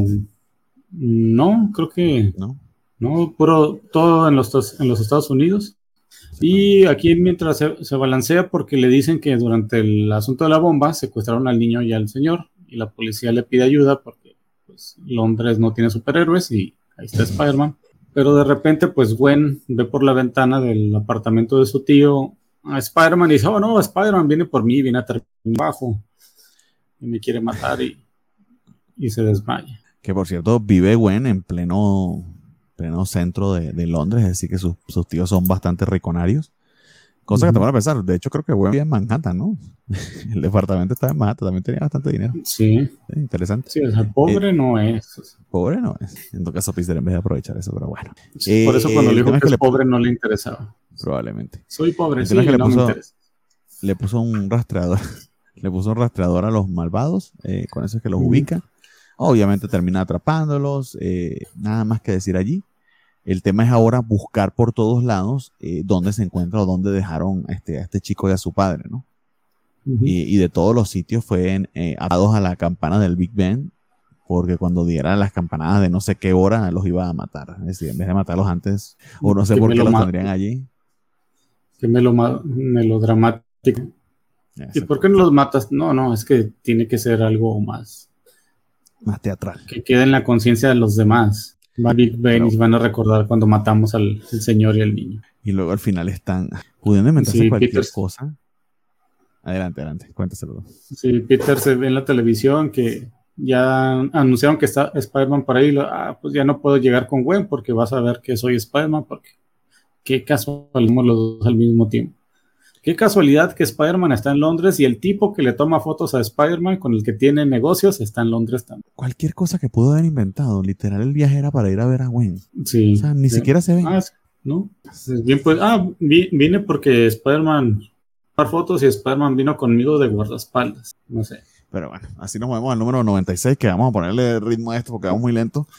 no, creo que no. No, puro, todo en los, en los Estados Unidos. Y aquí mientras se, se balancea porque le dicen que durante el asunto de la bomba secuestraron al niño y al señor, y la policía le pide ayuda porque pues, Londres no tiene superhéroes y ahí está Spider-Man. Pero de repente pues Gwen ve por la ventana del apartamento de su tío a Spider-Man y dice, oh no, Spider-Man viene por mí, viene a terminar abajo y me quiere matar, y, y se desmaya. Que por cierto vive Gwen en pleno pleno centro de, de Londres, es decir que sus, sus tíos son bastante riconarios, cosa uh-huh. que te van a pensar. De hecho creo que Gwen vive en Manhattan, ¿no? El departamento estaba en Manhattan, también tenía bastante dinero. Sí, sí interesante. Sí, o sea, pobre eh, no es pobre no es, en todo caso Peter en vez de aprovechar eso, pero bueno, sí, por eso cuando eh, le dijo que, que es le pobre no le interesaba. Probablemente soy pobre, sí, que le no puso, me interesa. Le puso un rastreador le puso un rastreador a los malvados, eh, con eso es que los uh-huh. ubica. Obviamente termina atrapándolos, eh, nada más que decir allí. El tema es ahora buscar por todos lados eh, dónde se encuentra o dónde dejaron a este, a este chico y a su padre, ¿no? Uh-huh. Y, y de todos los sitios fueron eh, atados a la campana del Big Ben, porque cuando dieran las campanadas de no sé qué hora los iba a matar. Es decir, en vez de matarlos antes, o no sé por qué los pondrían allí. Qué melo- melodramático. ¿Y por qué no los matas? No, no, es que tiene que ser algo más... Más teatral. Que quede en la conciencia de los demás. Va Big Ben claro. Y van a recordar cuando matamos al, al señor y al niño. Y luego al final están pudiendo inventarse sí, cualquier Peter, cosa. Adelante, adelante, cuéntaselo. Sí, Peter se ve en la televisión que ya anunciaron que está Spider-Man por ahí. Lo, ah, pues ya no puedo llegar con Gwen porque vas a ver que soy Spider-Man. Porque qué casualidad los dos al mismo tiempo. Qué casualidad que Spider-Man está en Londres y el tipo que le toma fotos a Spider-Man con el que tiene negocios está en Londres también. Cualquier cosa que pudo haber inventado, literal el viaje era para ir a ver a Gwen. Sí. O sea, ni sí. siquiera se ven. Ah, ¿no? Bien, pues, ah, vi, vine porque Spider-Man tomar fotos y Spider-Man vino conmigo de guardaespaldas. No sé. Pero bueno, así nos movemos al número noventa y seis, que vamos a ponerle ritmo a esto porque vamos muy lento.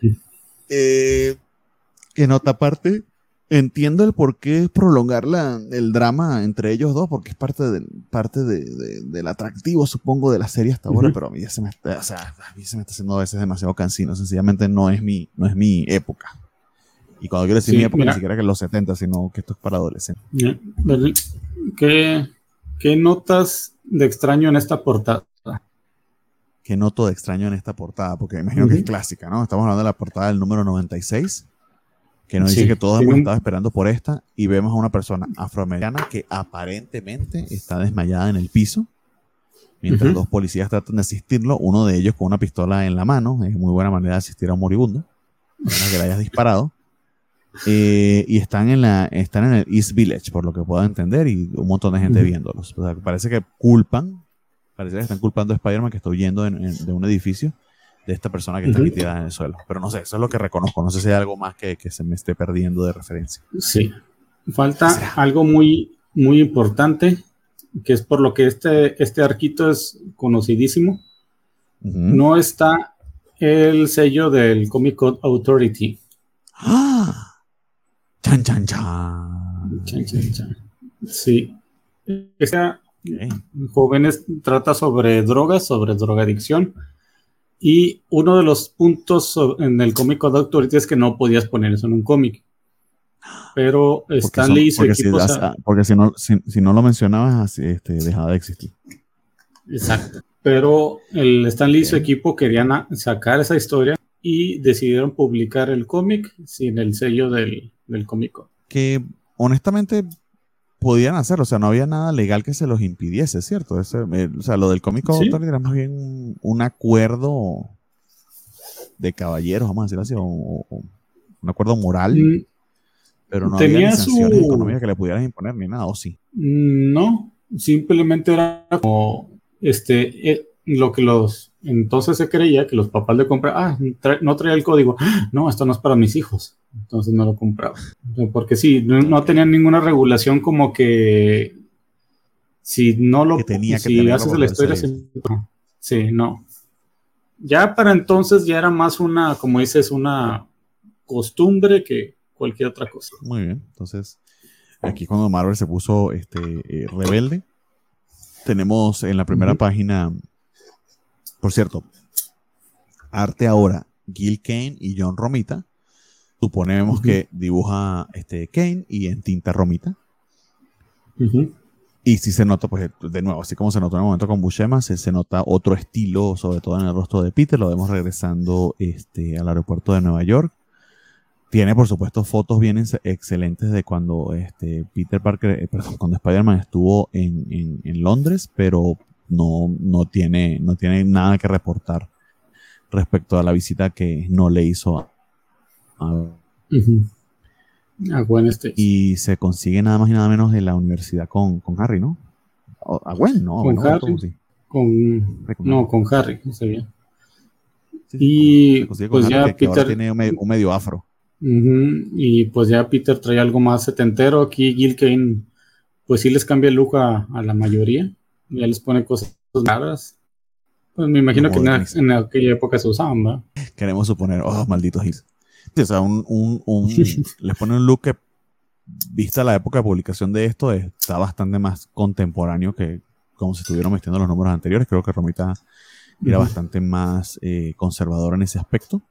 eh, en otra parte... Entiendo el por qué prolongar la, el drama entre ellos dos, porque es parte del, parte de, de, del atractivo, supongo, de la serie hasta ahora, uh-huh. Pero a mí ya se me está, o sea, a mí se me está haciendo a veces demasiado cansino, sencillamente no es mi, no es mi época. Y cuando quiero decir sí, mi época, mira, ni siquiera que en los setenta, sino que esto es para adolescentes. ¿Qué, ¿Qué notas de extraño en esta portada? ¿Qué noto de extraño en esta portada? Porque me imagino uh-huh. que es clásica, ¿no? Estamos hablando de la portada del número noventa y seis. Que nos dice sí, que todos sí, hemos estado esperando por esta y vemos a una persona afroamericana que aparentemente está desmayada en el piso mientras uh-huh. dos policías tratan de asistirlo, uno de ellos con una pistola en la mano. Es muy buena manera de asistir a un moribundo, a que le hayas disparado. Eh, y están en, la, están en el East Village, por lo que puedo entender, y un montón de gente uh-huh. viéndolos. O sea, parece que culpan, parece que están culpando a Spider-Man que está huyendo en, en, de un edificio de esta persona que está uh-huh. aquí tirada en el suelo. Pero no sé, eso es lo que reconozco. No sé si hay algo más que, que se me esté perdiendo de referencia. Sí. Falta o sea, algo muy, muy importante, que es por lo que este, este arquito es conocidísimo. Uh-huh. No está el sello del Comic Code Authority. ¡Ah! ¡Chan, chan, chan! Chan, chan, chan. Sí. Esta okay. Jóvenes trata sobre drogas, sobre drogadicción. Y uno de los puntos en el Comic Code Authority es que no podías poner eso en un cómic. Pero Stan Lee y su equipo... Si, o sea, porque si no, si, si no lo mencionabas, así, este, dejaba de existir. Exacto. Pero el Stan Lee y su equipo querían a, sacar esa historia y decidieron publicar el cómic sin el sello del, del Comic Code. Que honestamente... podían hacerlo, o sea, no había nada legal que se los impidiese, ¿cierto? Ese, eh, o sea, lo del Comic Code ¿sí? Era más bien un, un acuerdo de caballeros, vamos a decirlo así, o, o un acuerdo moral, mm, pero no había ni sanciones su... económicas que le pudieran imponer ni nada, ¿o sí? No, simplemente era como este, eh, lo que los, entonces se creía que los papás le compraban, ah, tra- no traía el código, no, esto no es para mis hijos. Entonces no lo compraba. Porque sí, no, no tenían ninguna regulación como que si no lo que tenía que si haces la historia sí, sí, no. Ya para entonces ya era más una, como dices, una costumbre que cualquier otra cosa. Muy bien, entonces aquí cuando Marvel se puso este eh, rebelde, tenemos en la primera uh-huh. página, por cierto, arte ahora, Gil Kane y John Romita. Suponemos uh-huh. que dibuja este Kane y en tinta Romita. Uh-huh. Y si se nota, pues de nuevo, así como se notó en el momento con Buscema, se, se nota otro estilo, sobre todo en el rostro de Peter. Lo vemos regresando este, al aeropuerto de Nueva York. Tiene, por supuesto, fotos bien ex- excelentes de cuando este, Peter Parker, eh, perdón, cuando Spider-Man estuvo en, en, en Londres, pero no, no, tiene, no tiene nada que reportar respecto a la visita que no le hizo a Uh-huh. A Gwen Stacy. Y se consigue nada más y nada menos de la universidad con, con Harry, ¿no? O, a Gwen, ¿no? Con no, Harry. Sí. Con, no, con Harry, está bien. Sí, y con, pues Harry ya que, Peter que ahora tiene un medio, un medio afro. Uh-huh. Y pues ya Peter trae algo más setentero. Aquí Gil Kane, pues sí les cambia el look a, a la mayoría. Ya les pone cosas raras. Pues me imagino no, que en, en aquella época se usaban, ¿verdad? Queremos suponer, oh, malditos hits. Sí, o sea, un, un, un les pone un look que, vista la época de publicación de esto, está bastante más contemporáneo que como si estuvieran metiendo los números anteriores. Creo que Romita era uh-huh. bastante más eh, conservador en ese aspecto.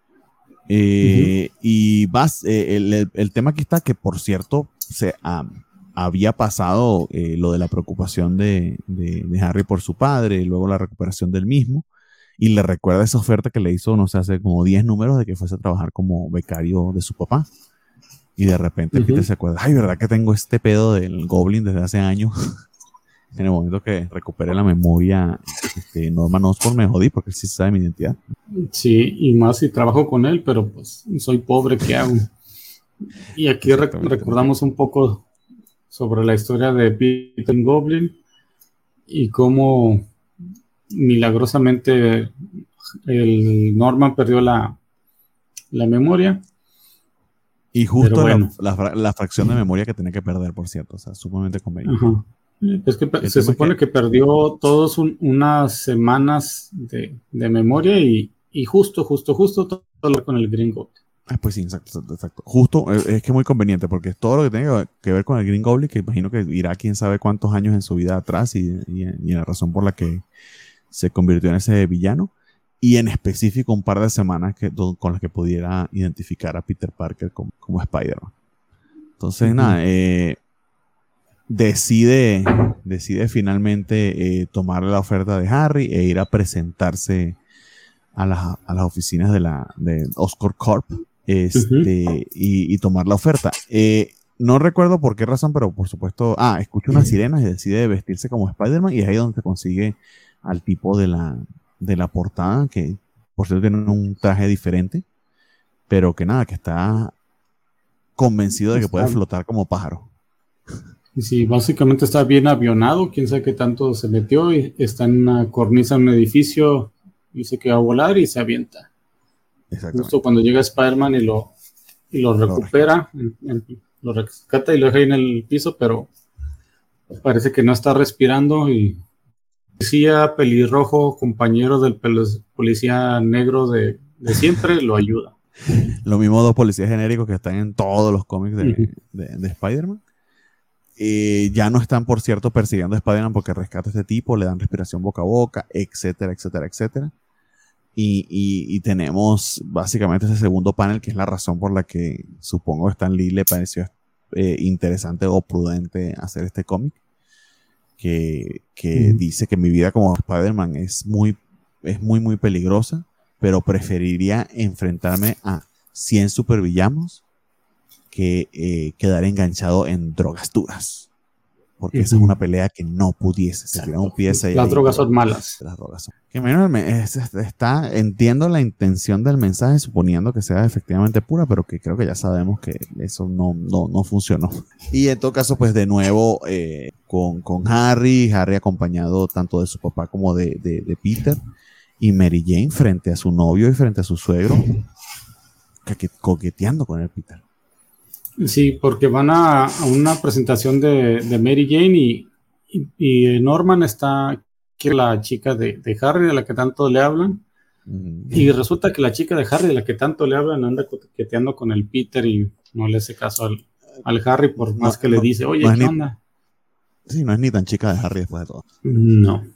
Eh, uh-huh. Y más, eh, el, el, el tema aquí está que, por cierto, se um, había pasado eh, lo de la preocupación de, de, de Harry por su padre, y luego la recuperación del mismo, y le recuerda esa oferta que le hizo, no sé, hace como diez números de que fuese a trabajar como becario de su papá. Y de repente uh-huh. Peter se acuerda, ay, ¿verdad que tengo este pedo del Goblin desde hace años? En el momento que recupere la memoria, este, Norman Osborn, me jodí porque él sí sabe mi identidad. Sí, y más si trabajo con él, pero pues soy pobre, ¿qué hago? Y aquí rec- recordamos un poco sobre la historia de Peter Goblin y cómo milagrosamente el Norman perdió la, la memoria. Y justo bueno. la, la, la fracción de memoria que tenía que perder, por cierto, o sea, sumamente conveniente. Ajá. Es que el se supone que... que perdió todos un, unas semanas de, de memoria y, y justo, justo, justo todo con el Green Goblin. Ah, pues sí, exacto, exacto. Justo, es, es que es muy conveniente porque es todo lo que tiene que ver con el Green Goblin, que imagino que irá quién sabe cuántos años en su vida atrás y, y, y la razón por la que se convirtió en ese villano. Y en específico un par de semanas que, con las que pudiera identificar a Peter Parker como, como Spider-Man. Entonces, uh-huh. nada, eh, decide, decide finalmente eh, tomar la oferta de Harry e ir a presentarse a, la, a las oficinas de, la, de Oscorp Corp este, uh-huh. y, y tomar la oferta. Eh, no recuerdo por qué razón, pero por supuesto, ah, escucha unas sirenas y decide vestirse como Spider-Man y es ahí donde se consigue al tipo de la... de la portada, que por cierto tiene un traje diferente, pero que nada, que está convencido de que puede flotar como pájaro. Sí, básicamente está bien avionado, quién sabe qué tanto se metió y está en una cornisa en un edificio, dice que va a volar y se avienta. Justo cuando llega Spider-Man y lo, y lo recupera, lo, en, en, lo rescata y lo deja ahí en el piso, pero parece que no está respirando y policía pelirrojo, compañero del policía negro de, de siempre, lo ayuda. Los mismos dos policías genéricos que están en todos los cómics de, uh-huh. de, de Spider-Man. Eh, ya no están, por cierto, persiguiendo a Spider-Man porque rescata a este tipo, le dan respiración boca a boca, etcétera, etcétera, etcétera. Y, y, y tenemos básicamente ese segundo panel, que es la razón por la que supongo a Stan Lee le pareció eh, interesante o prudente hacer este cómic. Que, que mm. dice que mi vida como Spider-Man es muy, es muy, muy peligrosa, pero preferiría enfrentarme a cien supervillanos que eh, quedar enganchado en drogas duras. Porque uh-huh. esa es una pelea que no pudiese. Se tira un pie y las drogas son malas. Las drogas son. Que menos es, está, entiendo la intención del mensaje, suponiendo que sea efectivamente pura, pero que creo que ya sabemos que eso no, no, no funcionó. Y en todo caso, pues de nuevo, eh, con, con Harry, Harry acompañado tanto de su papá como de, de, de Peter, y Mary Jane frente a su novio y frente a su suegro, que, coqueteando con el Peter. Sí, porque van a, a una presentación de, de Mary Jane y, y, y Norman está, que es la chica de, de Harry, de la que tanto le hablan, mm. y resulta que la chica de Harry, de la que tanto le hablan, anda coqueteando con el Peter y no le hace caso al, al Harry, por más no, que no, le dice, oye, no ¿qué onda? Sí, no es ni tan chica de Harry después de todo. No.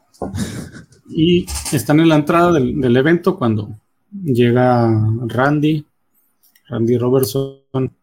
Y están en la entrada del, del evento cuando llega Randy, Randy Robertson,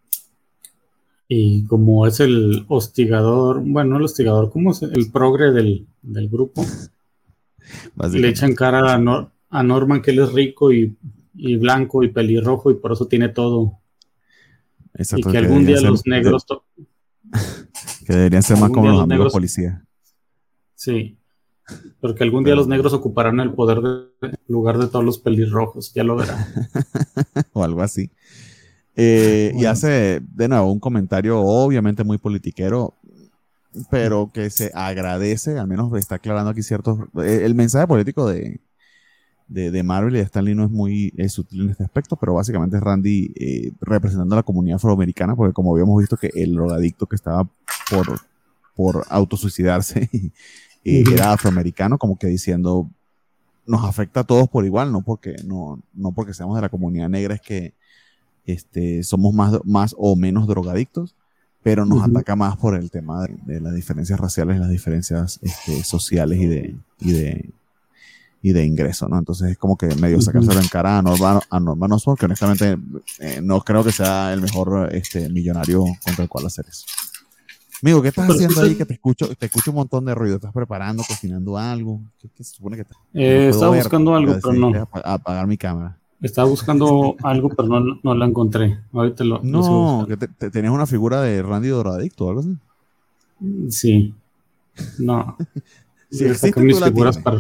y como es el hostigador, bueno, no el hostigador, como es el progre del, del grupo, le echan cara a, Nor- a Norman que él es rico y, y blanco y pelirrojo y por eso tiene todo. Exacto, y que, que algún día los negros... To- que deberían ser más como los amigos negros, policías. Sí, porque algún día Pero, los negros ocuparán el poder de, en lugar de todos los pelirrojos, ya lo verán. O algo así. Eh, bueno. Y hace de nuevo un comentario obviamente muy politiquero, pero que se agradece, al menos está aclarando aquí ciertos... El mensaje político de, de, de Marvel y de Stan Lee no es muy es sutil en este aspecto, pero básicamente es Randy eh, representando a la comunidad afroamericana, porque como habíamos visto que el drogadicto que estaba por, por autosuicidarse eh, uh-huh. era afroamericano, como que diciendo nos afecta a todos por igual, no porque, no, no porque seamos de la comunidad negra es que este, somos más, más o menos drogadictos, pero nos uh-huh. ataca más por el tema de, de las diferencias raciales, las diferencias este, sociales y de, y de y de ingreso, ¿no? Entonces es como que medio sacárselo en cara a Norman, a Norman Osborn, que honestamente eh, no creo que sea el mejor este, millonario contra el cual hacer eso. Amigo, ¿qué estás haciendo ahí? Que te escucho, te escucho un montón de ruido. ¿Estás preparando, cocinando algo? ¿Qué, qué se supone que estás? Eh, no estaba buscando algo, pero no. A apagar mi cámara. Estaba buscando algo, pero no, no la encontré. Ahorita lo No, lo que te, te, tenías una figura de Randy Drogadicto o algo así. Sí. No. Si existe, mis tú figuras para...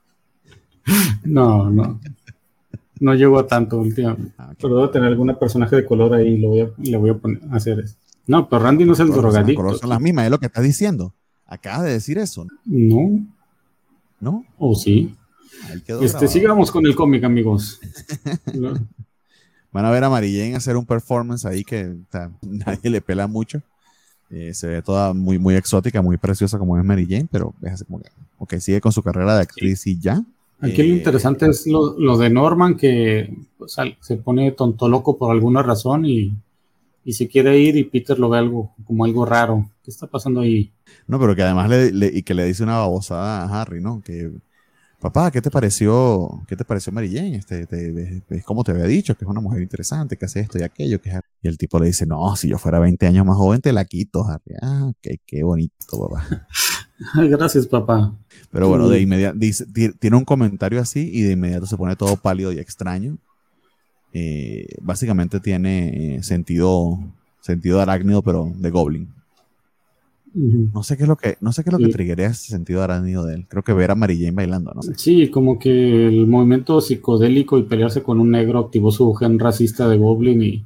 No, no. No llego a tanto últimamente. Ah, okay. Pero debo tener algún personaje de color ahí y lo voy a, le voy a poner a hacer eso. No, pero Randy no es el drogadicto. Los son las mismas, es lo que estás diciendo. Acabas de decir eso. No. ¿No? ¿O oh, sí? Ahí quedó este, grabado. Sigamos con el cómic, amigos. ¿No? Van a ver a Mary Jane hacer un performance ahí que o sea, nadie le pela mucho. Eh, se ve toda muy, muy exótica, muy preciosa como es Mary Jane, pero es así como que ok, sigue con su carrera de actriz sí. y ya. Aquí eh, lo interesante es lo, lo de Norman, que pues, se pone tonto loco por alguna razón y, y se quiere ir y Peter lo ve algo como algo raro. ¿Qué está pasando ahí? No, pero que además le, le, y que le dice una babosada a Harry, ¿no? Que papá, ¿qué te pareció? ¿Qué te pareció Mary Jane? Este, te, es como te había dicho, que es una mujer interesante, que hace esto y aquello. Que es... Y el tipo le dice, no, si yo fuera veinte años más joven, te la quito, Harry. Ah, qué, qué bonito, papá. Gracias, papá. Pero bueno, de inmediato, dice, tiene un comentario así y de inmediato se pone todo pálido y extraño. Eh, básicamente tiene eh, sentido, sentido arácnido, pero de Goblin. Uh-huh. No sé qué es lo que, no sé qué es lo sí. que triggerea ese sentido arácnido de él. Creo que ver a Mary Jane bailando, no sé. Sí, como que el movimiento psicodélico y pelearse con un negro activó su gen racista de Goblin y...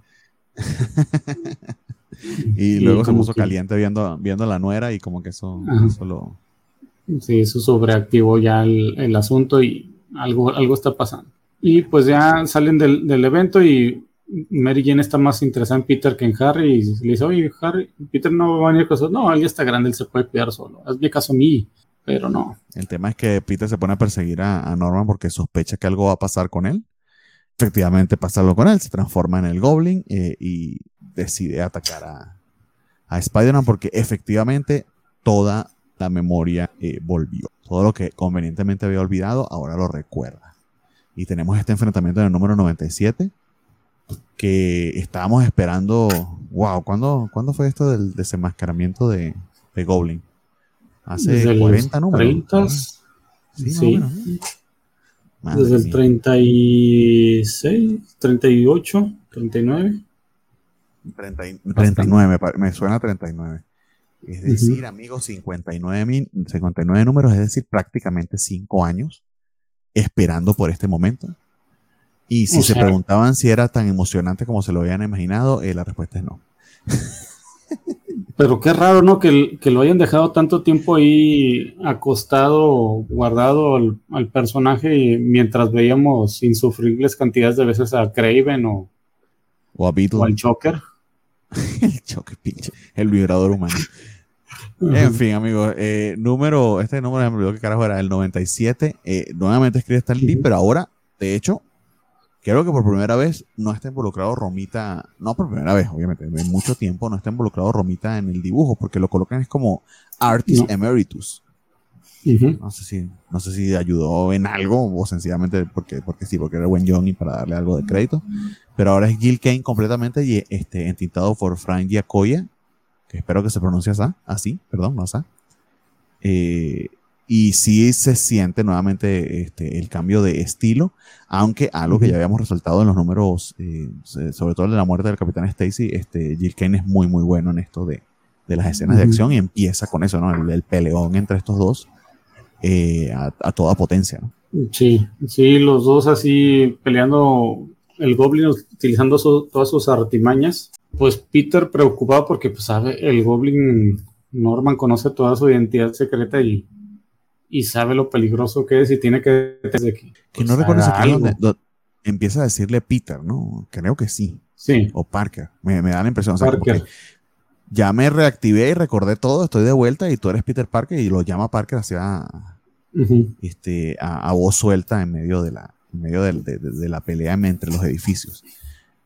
y, y luego se puso que... caliente viendo, viendo a la nuera y como que eso, eso lo... Sí, eso sobreactivó ya el, el asunto y algo, algo está pasando. Y pues ya salen del, del evento y Mary Jane está más interesada en Peter que en Harry y le dice, oye, Harry, Peter no va a venir con eso. No, él ya está grande, él se puede cuidar solo. Hazme caso a mí, pero no. El tema es que Peter se pone a perseguir a, a Norman porque sospecha que algo va a pasar con él. Efectivamente pasa algo con él, se transforma en el Goblin eh, y decide atacar a, a Spider-Man porque efectivamente toda la memoria eh, volvió. Todo lo que convenientemente había olvidado, ahora lo recuerda. Y tenemos este enfrentamiento en el número noventa y siete, que estábamos esperando... Wow, ¿cuándo, ¿cuándo fue esto del desenmascaramiento de, de Goblin? Hace Desde cuarenta números. treinta, sí, sí. Más o menos, ¿no? Desde el treinta y seis, treinta y ocho, treinta y nueve. treinta, treinta y nueve, me suena treinta y nueve. Es decir, uh-huh. amigos, cincuenta y nueve, cincuenta y nueve números, es decir, prácticamente cinco años esperando por este momento. Y si o se sea, preguntaban si era tan emocionante como se lo habían imaginado, eh, la respuesta es no. Pero qué raro, ¿no? Que, que lo hayan dejado tanto tiempo ahí acostado, guardado al, al personaje y mientras veíamos insufribles cantidades de veces a Kraven o, o a Beetle. O al Joker. El Joker, pinche. El vibrador humano. Uh-huh. En fin, amigos, eh, número, este número me olvidó qué carajo era, el noventa y siete, eh, nuevamente escribe Stan Lee, uh-huh. pero ahora, de hecho, creo que por primera vez no está involucrado Romita, no por primera vez, obviamente, en mucho tiempo no está involucrado Romita en el dibujo, porque lo colocan es como Artist no. Emeritus. Uh-huh. No sé si, no sé si ayudó en algo o sencillamente porque, porque sí, porque era buen Johnny para darle algo de crédito, pero ahora es Gil Kane completamente y este, entintado por Frank Giacoia, que espero que se pronuncie así, así perdón, no así. Eh, y sí se siente nuevamente este, el cambio de estilo, aunque algo que ya habíamos resaltado en los números, eh, sobre todo en la muerte del Capitán Stacy, este, Gil Kane es muy muy bueno en esto de, de las escenas uh-huh. de acción y empieza con eso, ¿no? El, el peleón entre estos dos eh, a, a toda potencia, ¿no? Sí, sí, los dos así peleando, el Goblin utilizando su, todas sus artimañas. Pues Peter preocupado porque pues sabe, el Goblin Norman conoce toda su identidad secreta y, y sabe lo peligroso que es y tiene que... Desde que, que no recuerdo si donde, donde empieza a decirle Peter, ¿no? Creo que sí. Sí. O Parker. Me, me da la impresión. O sea, como que ya me reactivé y recordé todo, estoy de vuelta y tú eres Peter Parker y lo llama Parker hacia uh-huh. este, a, a voz suelta en medio de la, en medio de, de, de la pelea entre los edificios.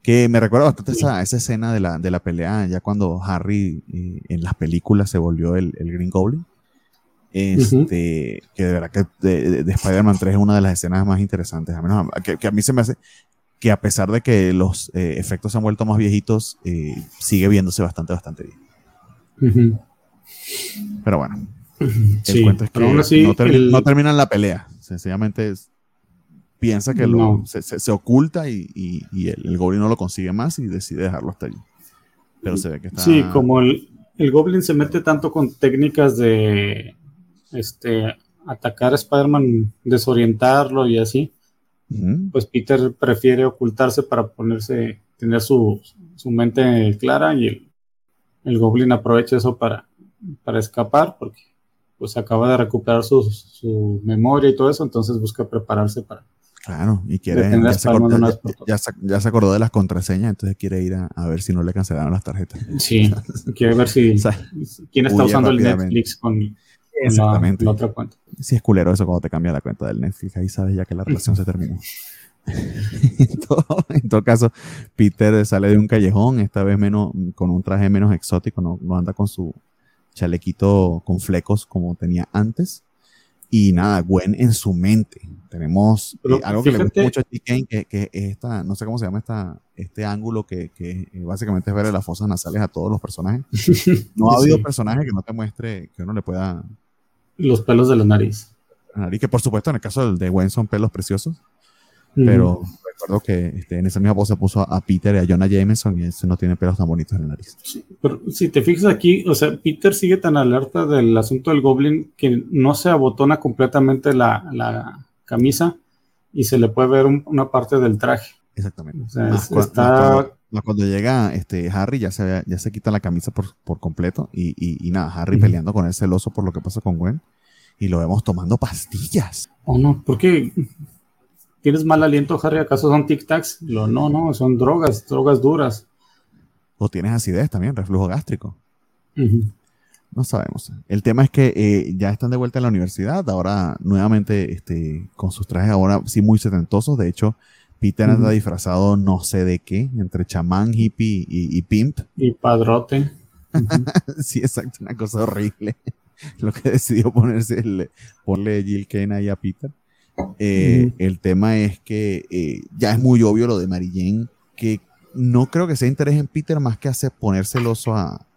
Que me recuerda bastante sí. esa, esa escena de la, de la pelea, ya cuando Harry eh, en las películas se volvió el, el Green Goblin. Este, uh-huh. Que de verdad que de, de, de Spider-Man tres es una de las escenas más interesantes, a menos que, que a mí se me hace que a pesar de que los eh, efectos se han vuelto más viejitos, eh, sigue viéndose bastante, bastante bien. Uh-huh. Pero bueno, uh-huh. el sí, cuento es que así, no, termi- el... no terminan la pelea, sencillamente es, piensa que lo, no. se, se, se oculta y, y, y el, el Goblin no lo consigue más y decide dejarlo hasta allí. Pero se ve que está... Sí, como el, el Goblin se mete tanto con técnicas de este, atacar a Spider-Man, desorientarlo y así, uh-huh. pues Peter prefiere ocultarse para ponerse, tener su, su mente clara, y el, el Goblin aprovecha eso para, para escapar, porque pues acaba de recuperar su, su memoria y todo eso, entonces busca prepararse para... Claro, y quiere, ya se, acordó, ya, ya, se, ya se acordó de las contraseñas, entonces quiere ir a, a ver si no le cancelaron las tarjetas. Sí, quiere ver si, o sea, quién está usando el Netflix con, con la, la otra cuenta. Sí, es culero eso cuando te cambia la cuenta del Netflix, ahí sabes ya que la relación se terminó. en, todo, en todo caso, Peter sale de un callejón, esta vez menos, con un traje menos exótico, no, no anda con su chalequito con flecos como tenía antes. Y nada, Gwen en su mente. Tenemos eh, algo que fíjate, le gusta mucho a G K, que, que es esta, no sé cómo se llama esta, este ángulo que, que eh, básicamente es ver las fosas nasales a todos los personajes. No ha habido sí. personaje que no te muestre, que uno le pueda... Los pelos de la nariz. La nariz, que por supuesto en el caso del de Gwen son pelos preciosos. Uh-huh. Pero recuerdo que este, en esa misma pose puso a Peter y a Jonah Jameson y ese no tiene pelos tan bonitos en la nariz. Sí, pero si te fijas aquí, o sea, Peter sigue tan alerta del asunto del Goblin que no se abotona completamente la, la camisa y se le puede ver un, una parte del traje. Exactamente. O sea, más es, cu- está... más cuando, más cuando llega este, Harry ya se, ya se quita la camisa por, por completo y, y, y nada, Harry uh-huh. peleando con él celoso por lo que pasa con Gwen y lo vemos tomando pastillas. Oh no, ¿por qué? ¿Tienes mal aliento, Harry? ¿Acaso son tic-tacs? Lo, no, no, son drogas, drogas duras. O tienes acidez también, reflujo gástrico. Uh-huh. No sabemos. El tema es que eh, ya están de vuelta en la universidad, ahora nuevamente este, con sus trajes ahora sí muy setentosos. De hecho, Peter uh-huh. anda disfrazado no sé de qué, entre chamán, hippie y, y pimp. Y padrote. Uh-huh. Sí, exacto, una cosa horrible. Lo que decidió ponerse, el, ponerle Jill Kane ahí a Peter. Eh, uh-huh. El tema es que eh, ya es muy obvio lo de Mary Jane, que no creo que sea interés en Peter más que hacer poner celoso a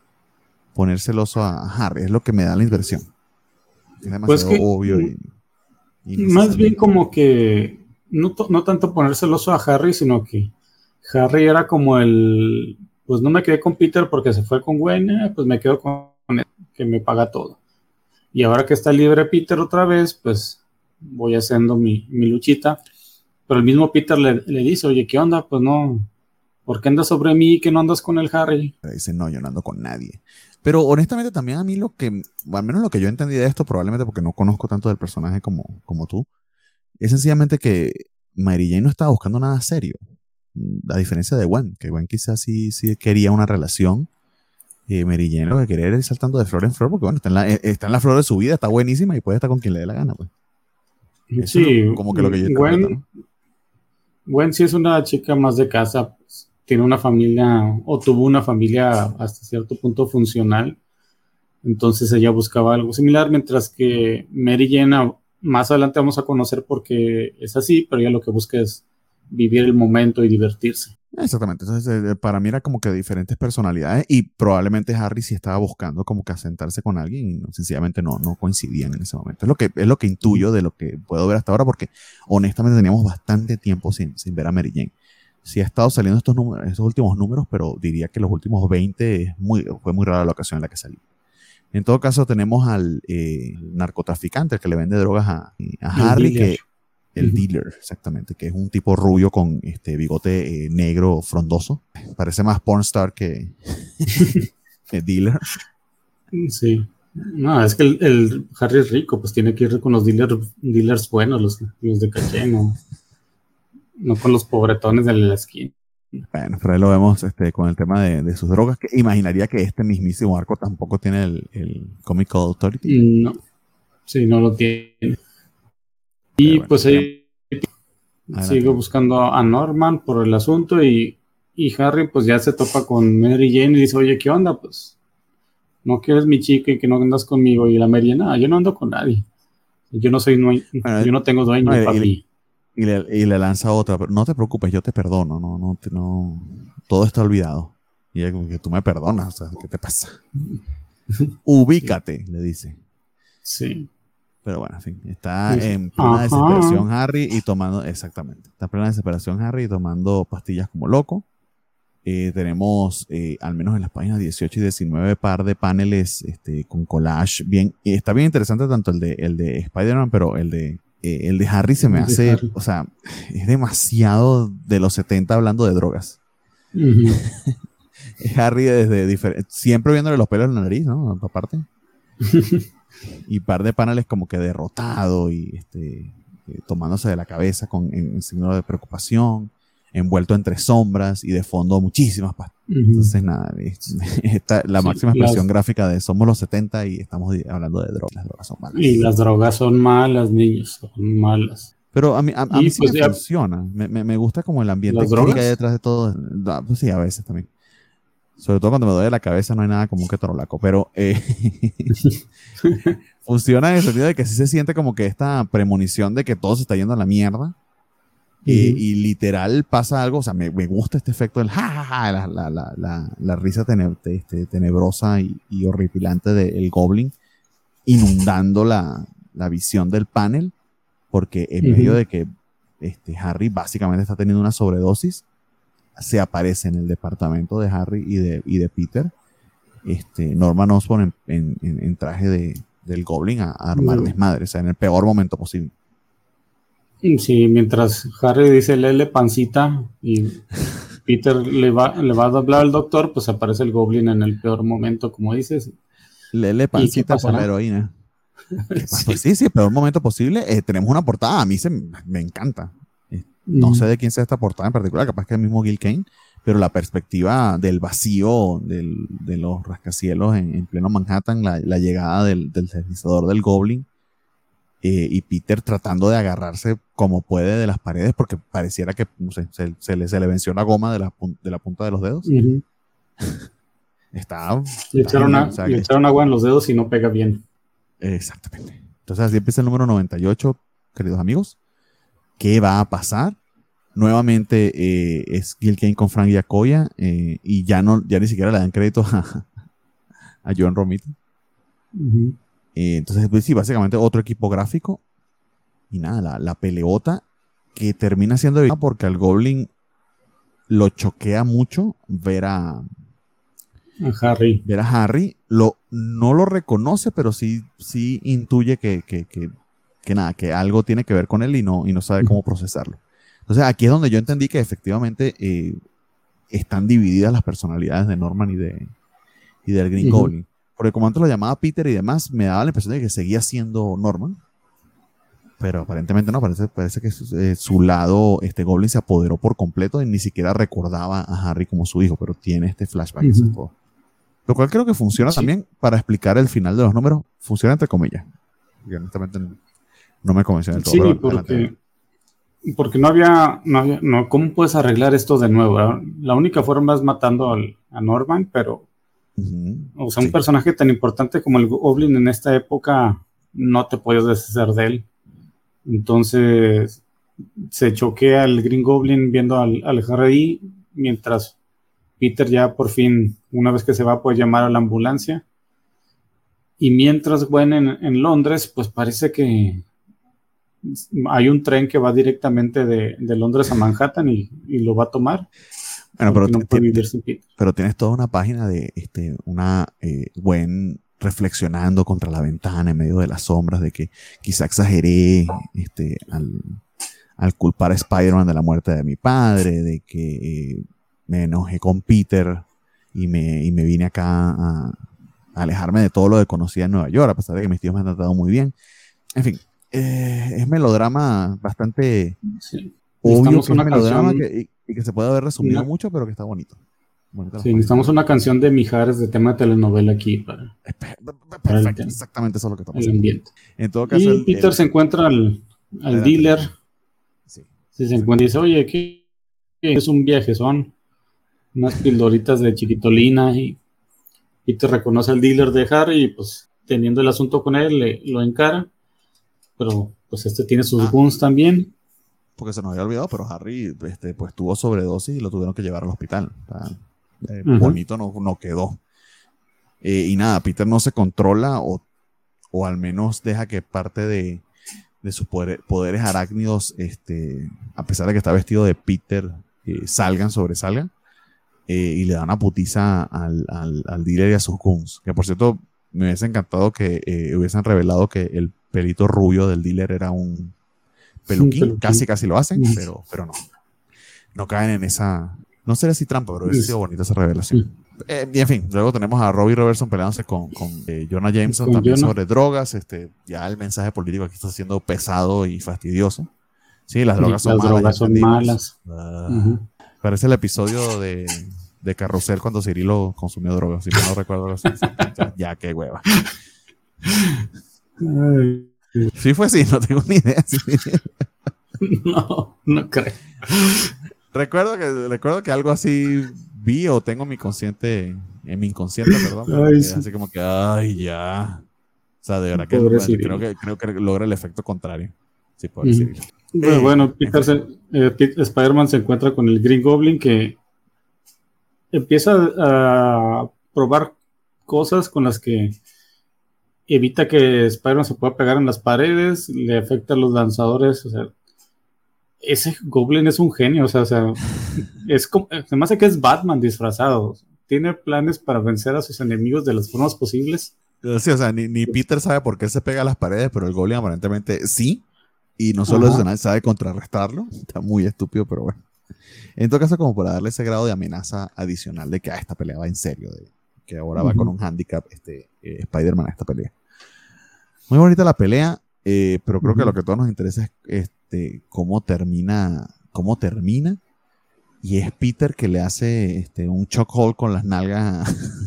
poner celoso a Harry, es lo que me da la impresión. Es demasiado pues que, obvio y, y más bien como que no, no tanto poner celoso a Harry, sino que Harry era como el pues no me quedé con Peter porque se fue con Gwen, eh, pues me quedo con él, que me paga todo. Y ahora que está libre Peter otra vez, pues voy haciendo mi, mi luchita. Pero el mismo Peter le, le dice, oye, ¿qué onda? Pues no, ¿por qué andas sobre mí que no andas con el Harry? Dice, no, yo no ando con nadie. Pero honestamente también a mí lo que, al menos lo que yo entendí de esto, probablemente porque no conozco tanto del personaje como, como tú, es sencillamente que Mary Jane no estaba buscando nada serio. A diferencia de Gwen, que Gwen quizás sí, sí quería una relación. Eh, Mary Jane lo que quería era ir saltando de flor en flor, porque bueno, está en, la, está en la flor de su vida, está buenísima y puede estar con quien le dé la gana, pues. Eso sí, es como que lo que yo Gwen, ¿no? Gwen sí es una chica más de casa, pues, tiene una familia, o tuvo una familia hasta cierto punto funcional, entonces ella buscaba algo similar, mientras que Mary Jane, más adelante vamos a conocer por qué es así, pero ella lo que busca es vivir el momento y divertirse. Exactamente, entonces eh, para mí era como que diferentes personalidades y probablemente Harry sí estaba buscando como que asentarse con alguien y no, sencillamente no, no coincidían en ese momento. Es lo que, es lo que intuyo de lo que puedo ver hasta ahora porque honestamente teníamos bastante tiempo sin, sin ver a Mary Jane. Sí ha estado saliendo estos, números, estos últimos números, pero diría que los últimos veinte es muy, fue muy rara la ocasión en la que salió. En todo caso tenemos al eh, narcotraficante, el que le vende drogas a, a Harry, que el uh-huh. dealer, exactamente, que es un tipo rubio con este bigote eh, negro frondoso. Parece más pornstar que, que dealer. Sí. No, es que el, el Harry es rico, pues tiene que ir con los dealers, dealers buenos, los, los de caché, no, no con los pobretones de la esquina. Bueno, pero ahí lo vemos este, con el tema de, de sus drogas, que imaginaría que este mismísimo arco tampoco tiene el, el Comic Authority. No, sí, no lo tiene. Y bueno, pues ahí sigo buscando a Norman por el asunto y y Harry pues ya se topa con Mary Jane y dice, oye, ¿qué onda? Pues no que eres mi chica y que no andas conmigo. Y la Mary Jane, nada, yo no ando con nadie. Yo no soy dueño, bueno, yo no tengo dueño, no, y, papi. Y le, y le lanza otra, pero no te preocupes, yo te perdono, no, no, no, todo está olvidado. Y ella como que tú me perdonas, o sea, ¿qué te pasa? Ubícate, sí. Le dice. Sí. Pero bueno, en fin, está sí. en plena Ajá. desesperación Harry y tomando, exactamente, está en plena desesperación Harry y tomando pastillas como loco. Eh, tenemos, eh, al menos en las páginas dieciocho y diecinueve, par de paneles este, con collage bien, y está bien interesante tanto el de, el de Spider-Man, pero el de Eh, el de Harry se me el hace, o sea, es demasiado de los setenta hablando de drogas. Uh-huh. Harry desde diferente, siempre viéndole los pelos en la nariz, ¿no? Aparte. Y par de paneles como que derrotado y este, eh, tomándose de la cabeza con, en, en signo de preocupación, envuelto entre sombras y de fondo muchísimas pastillas. Uh-huh. Entonces, nada, esta, la sí, máxima expresión las... gráfica de somos los setenta y estamos hablando de drogas. Las drogas son malas. Y las drogas son malas, niños, son malas. Pero a mí, a, a mí sí pues me ya... funciona. Me, me, me gusta como el ambiente que hay detrás de todo. No, pues sí, a veces también. Sobre todo cuando me duele la cabeza, no hay nada como un ketorolaco. Pero eh, funciona en el sentido de que sí se siente como que esta premonición de que todo se está yendo a la mierda. Eh, uh-huh. Y literal pasa algo, o sea, me, me gusta este efecto del ja, ja, ja, la, la, la, la, la risa tene, este, tenebrosa y, y horripilante del Goblin inundando la, la visión del panel, porque en uh-huh. medio de que este, Harry básicamente está teniendo una sobredosis, se aparece en el departamento de Harry y de, y de Peter este, Norman Osborn en, en, en traje de, del Goblin a, a armar uh-huh. desmadre, o sea, en el peor momento posible. Sí, mientras Harry dice lele pancita y Peter le va, le va a doblar al doctor, pues aparece el Goblin en el peor momento, como dices. Lele pancita por la heroína. Sí. Pues sí, sí, el peor momento posible. Eh, tenemos una portada, a mí se, me encanta. Eh, no mm. sé de quién sea esta portada en particular, capaz que es el mismo Gil Kane, pero la perspectiva del vacío del, de los rascacielos en, en pleno Manhattan, la, la llegada del, del deslizador del Goblin, Eh, y Peter tratando de agarrarse como puede de las paredes porque pareciera que no sé, se, se, le, se le venció la goma de la, de la punta de los dedos. Uh-huh. Está, le, echaron está, a, o sea, le echaron agua en los dedos y no pega bien. Exactamente. Entonces así empieza el número noventa y ocho, queridos amigos. ¿Qué va a pasar? Nuevamente eh, es Gil Kane con Frank Giacoia eh, y ya, no, ya ni siquiera le dan crédito a, a John Romita. Uh-huh. Eh, entonces, pues sí, básicamente otro equipo gráfico. Y nada, la, la peleota que termina siendo evidente porque al Goblin lo choquea mucho ver a, a Harry. Ver a Harry. Lo, no lo reconoce, pero sí, sí intuye que, que, que, que nada, que algo tiene que ver con él y no, y no sabe cómo procesarlo. Entonces, aquí es donde yo entendí que efectivamente eh, están divididas las personalidades de Norman y, de, y del Green uh-huh. Goblin. Porque como antes lo llamaba Peter y demás, me daba la impresión de que seguía siendo Norman. Pero aparentemente no, parece, parece que su, eh, su lado, este Goblin se apoderó por completo y ni siquiera recordaba a Harry como su hijo, pero tiene este flashback. Uh-huh. Todo. Lo cual creo que funciona sí. también para explicar el final de los números. Funciona entre comillas. Y honestamente no me convenció del todo. Sí, pero porque, porque no había, no había no, ¿cómo puedes arreglar esto de nuevo? ¿Verdad? La única forma es matando al, a Norman, pero Uh-huh. o sea, un sí. personaje tan importante como el Goblin en esta época no te puedes deshacer de él. Entonces se choquea el Green Goblin viendo al, al Harry, mientras Peter ya por fin, una vez que se va, puede llamar a la ambulancia. Y mientras, bueno, en, en Londres, pues parece que hay un tren que va directamente de, de Londres a Manhattan y, y lo va a tomar. Bueno, pero, no puede vivir sin Peter. Pero tienes toda una página de este, una eh, Gwen reflexionando contra la ventana en medio de las sombras de que quizá exageré este, al, al culpar a Spider-Man de la muerte de mi padre, de que eh, me enojé con Peter y me, y me vine acá a, a alejarme de todo lo que conocía en Nueva York, a pesar de que mis tíos me han tratado muy bien. En fin, eh, es melodrama bastante sí. obvio, que una es melodrama que, y que se puede haber resumido una... mucho, pero que está bonito. Sí, necesitamos una canción de Mijares de tema de telenovela aquí para, para el, exactamente eso es lo que estamos el ambiente. En todo caso, y el, Peter el, se encuentra al, al dealer. Sí. Sí, se encuentra y dice, oye, ¿qué, qué es un viaje? Son unas pildoritas de chiquitolina y Peter reconoce al dealer de Harry y pues teniendo el asunto con él le, lo encara, pero pues este tiene sus ah, guns también. Porque se nos había olvidado, pero Harry este, pues tuvo sobredosis y lo tuvieron que llevar al hospital. O sea, eh, uh-huh. Bonito no, no quedó. Eh, y nada, Peter no se controla o, o al menos deja que parte de, de sus poder, poderes arácnidos, este, a pesar de que está vestido de Peter, eh, salgan, sobresalgan. Eh, y le dan una putiza al, al, al dealer y a sus goons. Que por cierto, me hubiese encantado que eh, hubiesen revelado que el pelito rubio del dealer era un peluquín. peluquín. Casi, casi lo hacen, mm. pero, pero no. No caen en esa... No sería así trampa, pero hubiese sido bonita esa revelación. Mm. Eh, y en fin, luego tenemos a Robbie Robertson peleándose con, con eh, Jonah Jameson con también Jonah. sobre drogas. Este, ya el mensaje político aquí está siendo pesado y fastidioso. Sí, las drogas sí, son las malas. Drogas son malas. Uh, uh-huh. Parece el episodio de, de Carrusel cuando Cirilo consumió drogas. Si no recuerdo así. Ya, qué hueva. Ay. Sí fue así, no tengo ni idea. No, no creo. Recuerdo que, recuerdo que algo así vi o tengo en mi consciente, en mi inconsciente, perdón. Ay, sí. Así como que, ay, ya. O sea, de verdad que bueno, creo que creo que logra el efecto contrario. Sí, puedo decirlo. Mm. Pues eh, bueno, Peter se, eh, Peter, Spider-Man se encuentra con el Green Goblin que empieza a probar cosas con las que evita que Spider-Man se pueda pegar en las paredes, le afecta a los lanzadores, o sea, ese Goblin es un genio, o sea, o sea es como, se me hace que es Batman disfrazado, tiene planes para vencer a sus enemigos de las formas posibles. Sí, o sea, ni, ni Peter sabe por qué se pega a las paredes, pero el Goblin aparentemente sí. Y no solo eso, nadie sabe contrarrestarlo. Está muy estúpido, pero bueno. En todo caso, como para darle ese grado de amenaza adicional de que ah, esta pelea va en serio, de que ahora uh-huh. va con un handicap este, eh, Spider-Man a esta pelea. Muy bonita la pelea, eh, pero creo uh-huh. que lo que a todos nos interesa es este, cómo termina, cómo termina. Y es Peter que le hace este, un chokehold con las nalgas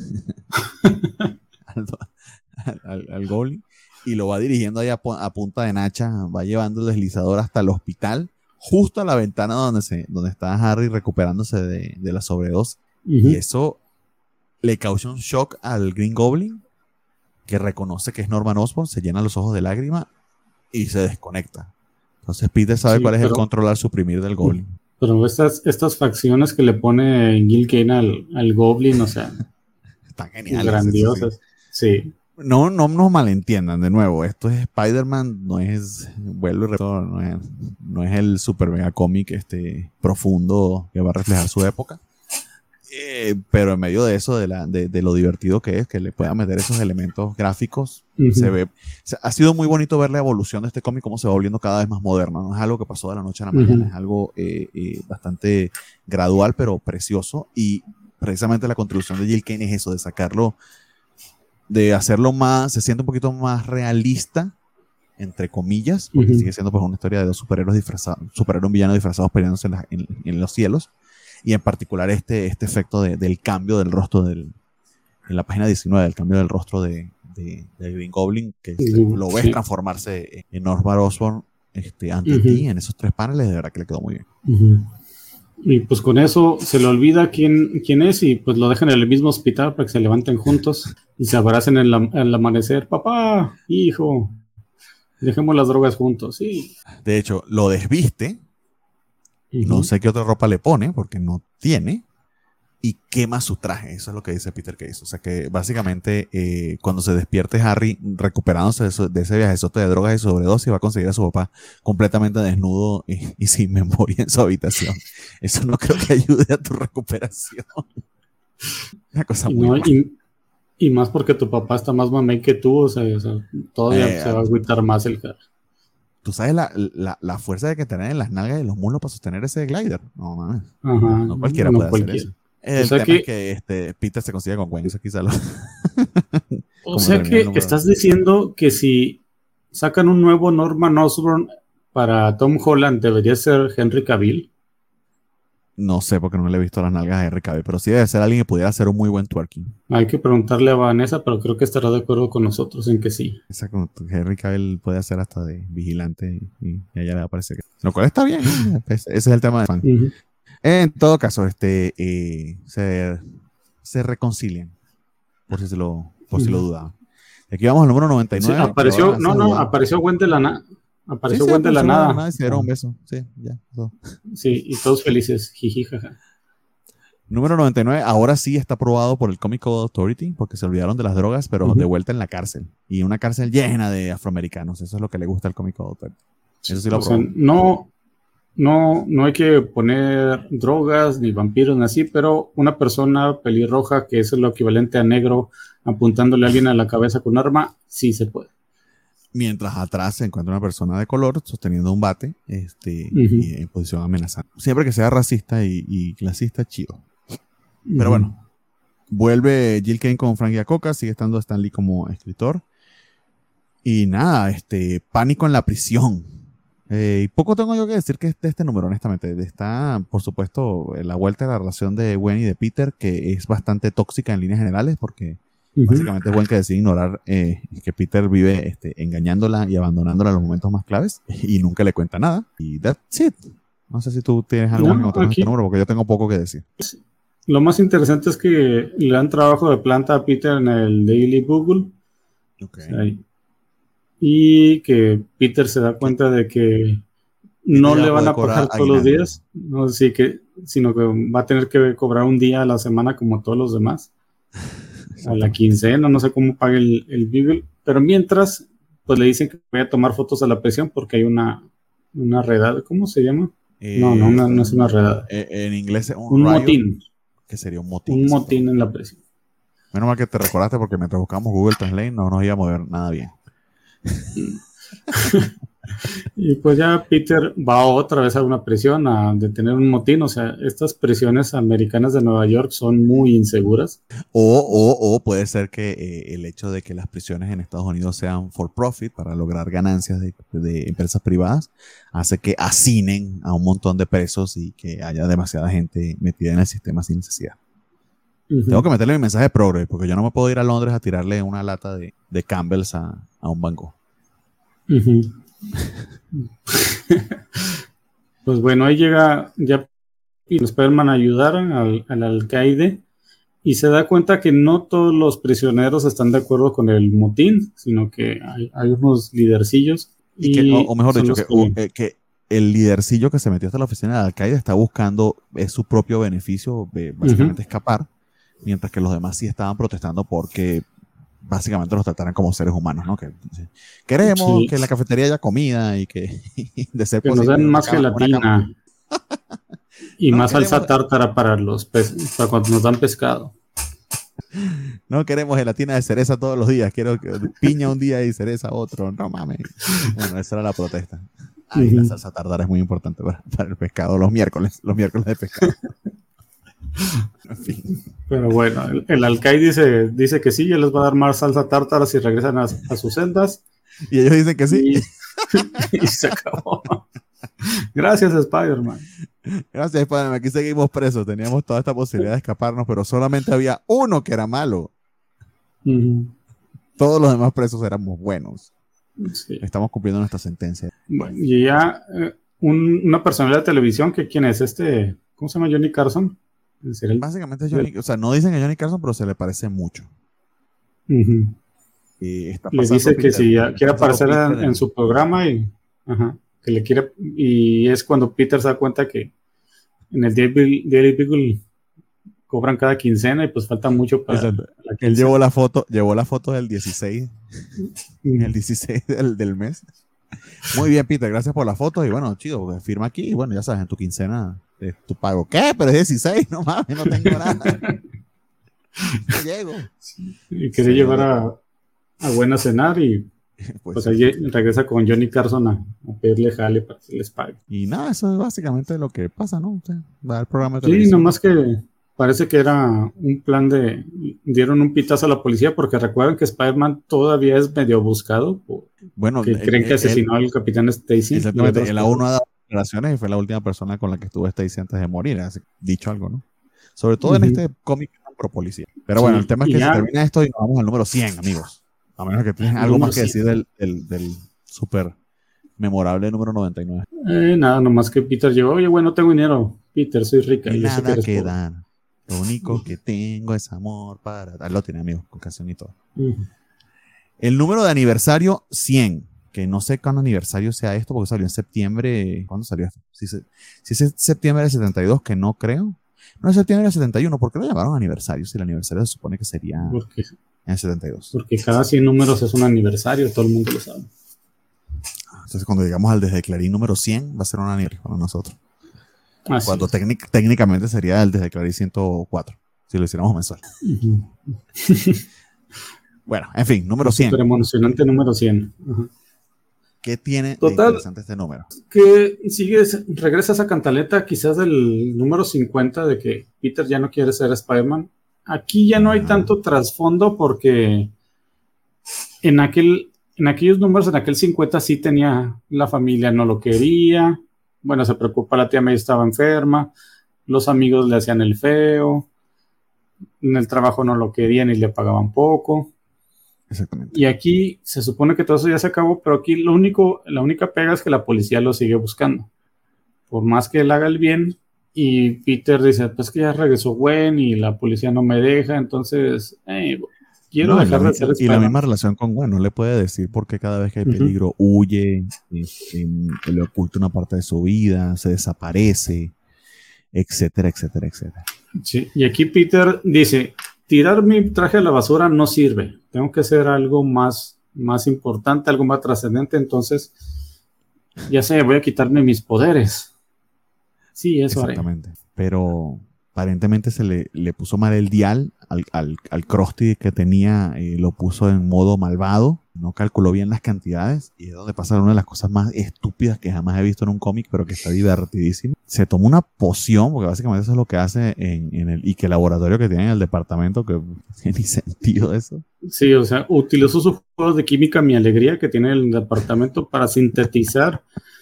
al, al, al, al Goblin. Y lo va dirigiendo ahí a, a punta de nacha, va llevando el deslizador hasta el hospital, justo a la ventana donde, se, donde está Harry recuperándose de, de la sobredosis. Uh-huh. Y eso le causa un shock al Green Goblin, que reconoce que es Norman Osborn, se llena los ojos de lágrima y se desconecta. Entonces Peter sabe sí, cuál es pero, el controlar suprimir del Goblin. Pero estas, estas facciones que le pone Gil Kane al, al Goblin, o sea, están geniales. Grandiosas, sí. sí. No, no nos malentiendan, de nuevo, esto es Spider-Man, no es, vuelvo y repito, no es, no es el super mega cómic este, profundo que va a reflejar su época, eh, pero en medio de eso, de, la, de, de lo divertido que es, que le pueda meter esos elementos gráficos, uh-huh. se ve, se, ha sido muy bonito ver la evolución de este cómic, cómo se va volviendo cada vez más moderno, no es algo que pasó de la noche a la mañana, uh-huh. es algo eh, eh, bastante gradual, pero precioso, y precisamente la contribución de Gil Kane es eso, de sacarlo, de hacerlo más, se siente un poquito más realista, entre comillas, porque uh-huh. sigue siendo pues una historia de dos superhéroes disfrazados, superhéroes villanos disfrazados peleándose en, la, en, en los cielos, y en particular este, este efecto de, del cambio del rostro del, en la página diecinueve, el cambio del rostro de, de, de Green Goblin, que uh-huh. lo ves sí. transformarse en Norman Osborn este, ante uh-huh. ti, en esos tres paneles, de verdad que le quedó muy bien. Uh-huh. Y pues con eso se le olvida quién, quién es y pues lo dejan en el mismo hospital para que se levanten juntos y se abracen en, la, en el amanecer. Papá, hijo, dejemos las drogas juntos, sí. De hecho, lo desviste, uh-huh. no sé qué otra ropa le pone porque no tiene, y quema su traje. Eso es lo que dice Peter que hizo. O sea que básicamente eh, cuando se despierte Harry recuperándose de, eso, de ese viajezote de drogas y sobredosis, va a conseguir a su papá completamente desnudo y, y sin memoria en su habitación. Eso no creo que ayude a tu recuperación. Una cosa muy no, y, y más porque tu papá está más mamey que tú, o sea, o sea todavía eh, se va a agüitar más el cara. ¿Tú sabes la, la, la fuerza de que tener en las nalgas y los muslos para sostener ese glider? No, mames. Ajá, no cualquiera no puede cualquiera. hacer eso. El o sea tema que, es que este, Peter se consigue con Gwen, eso quizá lo... O sea que estás diciendo que si sacan un nuevo Norman Osborn para Tom Holland, ¿debería ser Henry Cavill? No sé, porque no le he visto las nalgas a Henry Cavill, pero sí debe ser alguien que pudiera hacer un muy buen twerking. Hay que preguntarle a Vanessa, pero creo que estará de acuerdo con nosotros en que sí. Exacto, Henry Cavill puede hacer hasta de vigilante y, y a ella le va a parecer que... Lo cual está bien, ¿eh? Ese es el tema de fan. Uh-huh. En todo caso, este, eh, se, se reconcilian, por si, se lo, por si lo dudaban. Aquí vamos al número noventa y nueve. Sí, apareció, no, no, apareció Gwen de la nada. Apareció sí, sí, Gwen de la nada. nada. Se dieron un beso. Sí, ya. Todo. Sí, y todos felices. Jiji, jaja. Número noventa y nueve, ahora sí está aprobado por el Comic Code Authority porque se olvidaron de las drogas, pero uh-huh. de vuelta en la cárcel. Y una cárcel llena de afroamericanos. Eso es lo que le gusta al Comic Code Authority. Eso sí lo aprobó. O sea, no, no, no hay que poner drogas ni vampiros ni así, pero una persona pelirroja, que es lo equivalente a negro, apuntándole a alguien a la cabeza con un arma, sí se puede. Mientras atrás se encuentra una persona de color sosteniendo un bate este, uh-huh. y en posición amenazante. Siempre que sea racista y, y clasista, chido. Uh-huh. Pero bueno, vuelve Jill Kane con Frank Iacocca, sigue estando Stan Lee como escritor. Y nada, este, pánico en la prisión. Eh, y poco tengo yo que decir que de este número, honestamente. Está, por supuesto, la vuelta a la relación de Gwen y de Peter, que es bastante tóxica en líneas generales, porque uh-huh. básicamente es Gwen que decide ignorar eh, que Peter vive este, engañándola y abandonándola en los momentos más claves y nunca le cuenta nada. Y that's it. No sé si tú tienes algo no, que notar en este número, porque yo tengo poco que decir. Lo más interesante es que le dan trabajo de planta a Peter en el Daily Bugle. Okay. O sea, y que Peter se da cuenta de que no le van a pagar todos los días, no, sí que, sino que va a tener que cobrar un día a la semana como todos los demás. A la quincena, no sé cómo pague el, el Bugle, pero mientras, pues le dicen que voy a tomar fotos a la prisión porque hay una, una redada, ¿cómo se llama? Eh, no, no, una, no es una redada. Eh, en inglés es un, un motín. Que sería un motín. Un motín en la prisión. Menos mal que te recordaste porque mientras buscamos Google Translate no nos íbamos a ver nada bien. Y pues ya Peter va otra vez a una prisión a detener un motín. O sea, estas prisiones americanas de Nueva York son muy inseguras. O, o, o puede ser que eh, el hecho de que las prisiones en Estados Unidos sean for profit para lograr ganancias de, de empresas privadas hace que hacinen a un montón de presos y que haya demasiada gente metida en el sistema sin necesidad. Uh-huh. Tengo que meterle mi mensaje progre porque yo no me puedo ir a Londres a tirarle una lata de, de Campbell's a, a un banco. Uh-huh. Pues bueno, ahí llega ya y los Spider-Man ayudaron al, al alcaide y se da cuenta que no todos los prisioneros están de acuerdo con el motín, sino que hay, hay unos lidercillos. Y y que, o, o mejor dicho, que, que... Eh, que el lidercillo que se metió hasta la oficina del alcaide está buscando es su propio beneficio, básicamente uh-huh. escapar, mientras que los demás sí estaban protestando porque básicamente los trataran como seres humanos, ¿no? Que queremos sí. que en la cafetería haya comida y que de ser que posible, nos den más gelatina y no más queremos... salsa tártara para los peces, para cuando nos dan pescado. No queremos gelatina de cereza todos los días, quiero que piña un día y cereza otro, no mames. Bueno, esa era la protesta. Ay, uh-huh. La salsa tártara es muy importante para, para el pescado, los miércoles, los miércoles de pescado. En fin. Pero bueno, el, el alcaide dice, dice que sí, él les va a dar más salsa tártara si regresan a, a sus celdas. Y ellos dicen que sí. Y, y se acabó. Gracias, Spider-Man. Gracias, Spider-Man. Aquí seguimos presos. Teníamos toda esta posibilidad de escaparnos, pero solamente había uno que era malo. Uh-huh. Todos los demás presos éramos buenos. Sí. Estamos cumpliendo nuestra sentencia. Bueno, y ya eh, un, una personalidad de televisión, que ¿quién es? Este, ¿cómo se llama? Johnny Carson. El, Básicamente Johnny, el, o sea, no dicen a Johnny Carson, pero se le parece mucho. Uh-huh. Y está le dice Peter, que si ya quiere aparecer en, en su programa y, ajá, que le quiere, y es cuando Peter se da cuenta que en el Daily Bugle cobran cada quincena y pues falta mucho para la él llevó la foto, llevó la foto del dieciséis, uh-huh. el dieciséis del, del mes. Muy bien, Peter, gracias por la foto y bueno, chido, firma aquí y bueno, ya sabes, en tu quincena eh, tu pago. ¿Qué? Pero es dieciséis, no mames, no tengo nada. No llego. Y quería sí, llevar a, a Gwen a cenar y pues, pues ahí regresa con Johnny Carson a, a pedirle jale para que les pague. Y nada, eso es básicamente lo que pasa, ¿no? O sea, va al programa de televisión. Sí, nomás que parece que era un plan de... Dieron un pitazo a la policía porque recuerdan que Spider-Man todavía es medio buscado. Por, bueno, que el, creen que asesinó el, al capitán Stacy. Exactamente, el aún no ha dado declaraciones y fue la última persona con la que estuvo Stacy antes de morir, así, dicho algo, ¿no? Sobre todo uh-huh. en este cómic pro policía. Pero sí, bueno, el tema es que ya... se termina esto y nos vamos al número cien, amigos. A menos que tengas algo más que decir del, del, del super memorable número noventa y nueve. Eh, nada, nomás que Peter llegó, oye, güey, no tengo dinero. Peter, soy rica. Y yo sé que nada eres que pobre. dar. Lo único que tengo es amor para... Ah, lo tiene, amigos, con canción y todo. Uh-huh. El número de aniversario, cien. Que no sé cuándo aniversario sea esto, porque salió en septiembre. ¿Cuándo salió esto? Si, se, si es septiembre del setenta y dos, que no creo. No es septiembre del setenta y uno. ¿Por qué lo llamaron aniversario? Si el aniversario se supone que sería Porque, en el setenta y dos. Porque cada cien números es un aniversario, todo el mundo lo sabe. Entonces, cuando llegamos al Desde Clarín número cien, va a ser un aniversario para nosotros. Así Cuando es. técnic, técnicamente sería el Desde Clarín ciento cuatro, si lo hiciéramos mensual. Uh-huh. Bueno, en fin, número cien. Súper emocionante número cien. Uh-huh. ¿Qué tiene Total, de interesante este número? Que sigues, regresa esa cantaleta quizás del número cincuenta de que Peter ya no quiere ser Spider-Man. Aquí ya no hay tanto trasfondo porque en aquel, en aquellos números, en aquel cincuenta sí tenía la familia, no lo quería. Bueno, se preocupa, la tía May estaba enferma, los amigos le hacían el feo, en el trabajo no lo querían y le pagaban poco. Exactamente. Y aquí se supone que todo eso ya se acabó, pero aquí lo único, la única pega es que la policía lo sigue buscando. Por más que él haga el bien, y Peter dice, pues que ya regresó Gwen y la policía no me deja, entonces hey, quiero no, dejar la, de ser Spider-Man. Y la misma Spider-Man. relación con Gwen, no le puede decir por qué cada vez que hay peligro uh-huh. huye, eh, eh, le oculta una parte de su vida, se desaparece, etcétera, etcétera, etcétera. Sí, y aquí Peter dice, tirar mi traje a la basura no sirve, tengo que hacer algo más, más importante, algo más trascendente, entonces ya sé, voy a quitarme mis poderes. Sí, eso exactamente. haré. Pero aparentemente se le, le puso mal el dial al, al, al Krusty que tenía, eh, lo puso en modo malvado, no calculó bien las cantidades y es donde pasa una de las cosas más estúpidas que jamás he visto en un cómic, pero que está divertidísimo. Se tomó una poción, porque básicamente eso es lo que hace en, en el y que laboratorio que tiene en el departamento, que no tiene ni sentido eso. Sí, o sea, utilizó sus juegos de química, mi alegría, que tiene el departamento para sintetizar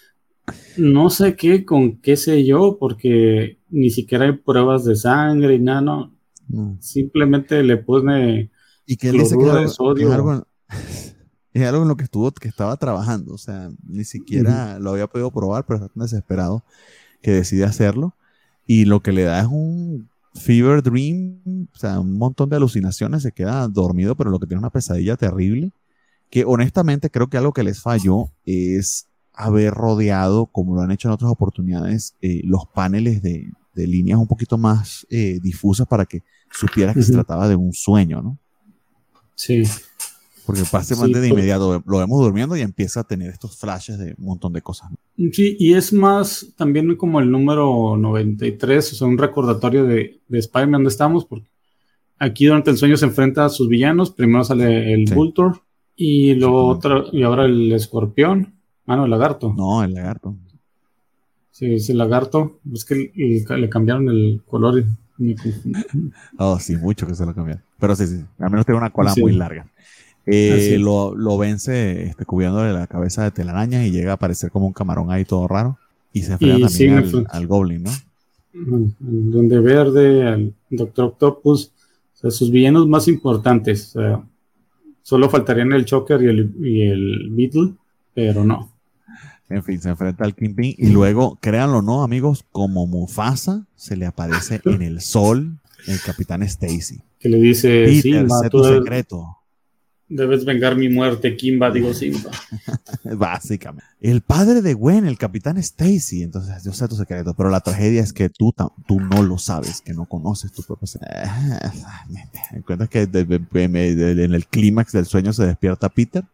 no sé qué, con qué sé yo, porque ni siquiera hay pruebas de sangre y nada, no. no. Simplemente le pone y que él dice que es algo, que es, algo, es algo en lo que estuvo, que estaba trabajando, o sea, ni siquiera uh-huh. lo había podido probar, pero está tan desesperado que decide hacerlo, y lo que le da es un fever dream, o sea, un montón de alucinaciones, se queda dormido, pero lo que tiene es una pesadilla terrible, que honestamente creo que algo que les falló es haber rodeado, como lo han hecho en otras oportunidades, eh, los paneles de, de líneas un poquito más eh, difusas para que supieras que uh-huh. se trataba de un sueño, ¿no? Sí. Porque básicamente sí, de inmediato lo vemos durmiendo y empieza a tener estos flashes de un montón de cosas, ¿no? Sí, y es más también como el número noventa y tres, o sea, un recordatorio de, de Spider-Man donde estamos, porque aquí durante el sueño se enfrenta a sus villanos, primero sale el sí. Vulture y luego otro, y ahora el escorpión. Ah, no, el lagarto. No, el lagarto. Sí, es el lagarto. Es que el, el, le cambiaron el color. Y... oh, sí, mucho que se lo cambiaron. Pero sí, sí. Al menos tiene una cola sí. muy larga. Eh, lo, lo vence este, cubriéndole la cabeza de telarañas y llega a aparecer como un camarón ahí todo raro. Y se enfrenta también sí, al, fue... al Goblin, ¿no? El Duende Verde, al Doctor Octopus. O sea, sus villanos más importantes. O sea, solo faltarían el Shocker y el, y el Beetle, pero no. En fin, se enfrenta al Kingpin y luego, créanlo o no, amigos, como Mufasa, se le aparece en el sol el Capitán Stacy. Que le dice, Peter, Simba, sé tu secreto. Debes vengar mi muerte, Kimba, digo Simba. Básicamente. El padre de Gwen, el Capitán Stacy. Entonces, yo sé tu secreto, pero la tragedia es que tú, tú no lo sabes, que no conoces tu propio secreto. Me cuentas que de, de, de, de, en el clímax del sueño se despierta Peter.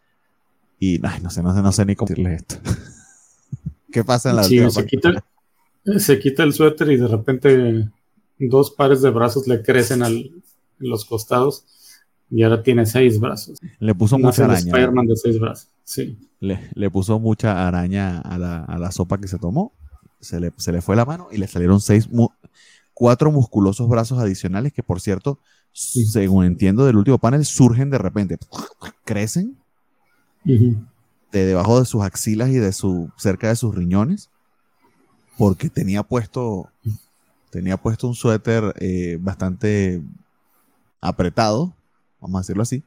Y ay, no sé, no sé, no sé ni cómo decirle esto. ¿Qué pasa en la sí, última se quita, se quita el suéter y de repente dos pares de brazos le crecen al, en los costados y ahora tiene seis brazos. Le puso no mucha araña. Spider-Man de seis brazos, sí. Le, le puso mucha araña a la, a la sopa que se tomó. Se le, se le fue la mano y le salieron seis, mu cuatro musculosos brazos adicionales que, por cierto, sí. según entiendo del último panel, surgen de repente. Crecen. Uh-huh. De debajo de sus axilas y de su cerca de sus riñones, porque tenía puesto tenía puesto un suéter eh, bastante apretado, vamos a decirlo así,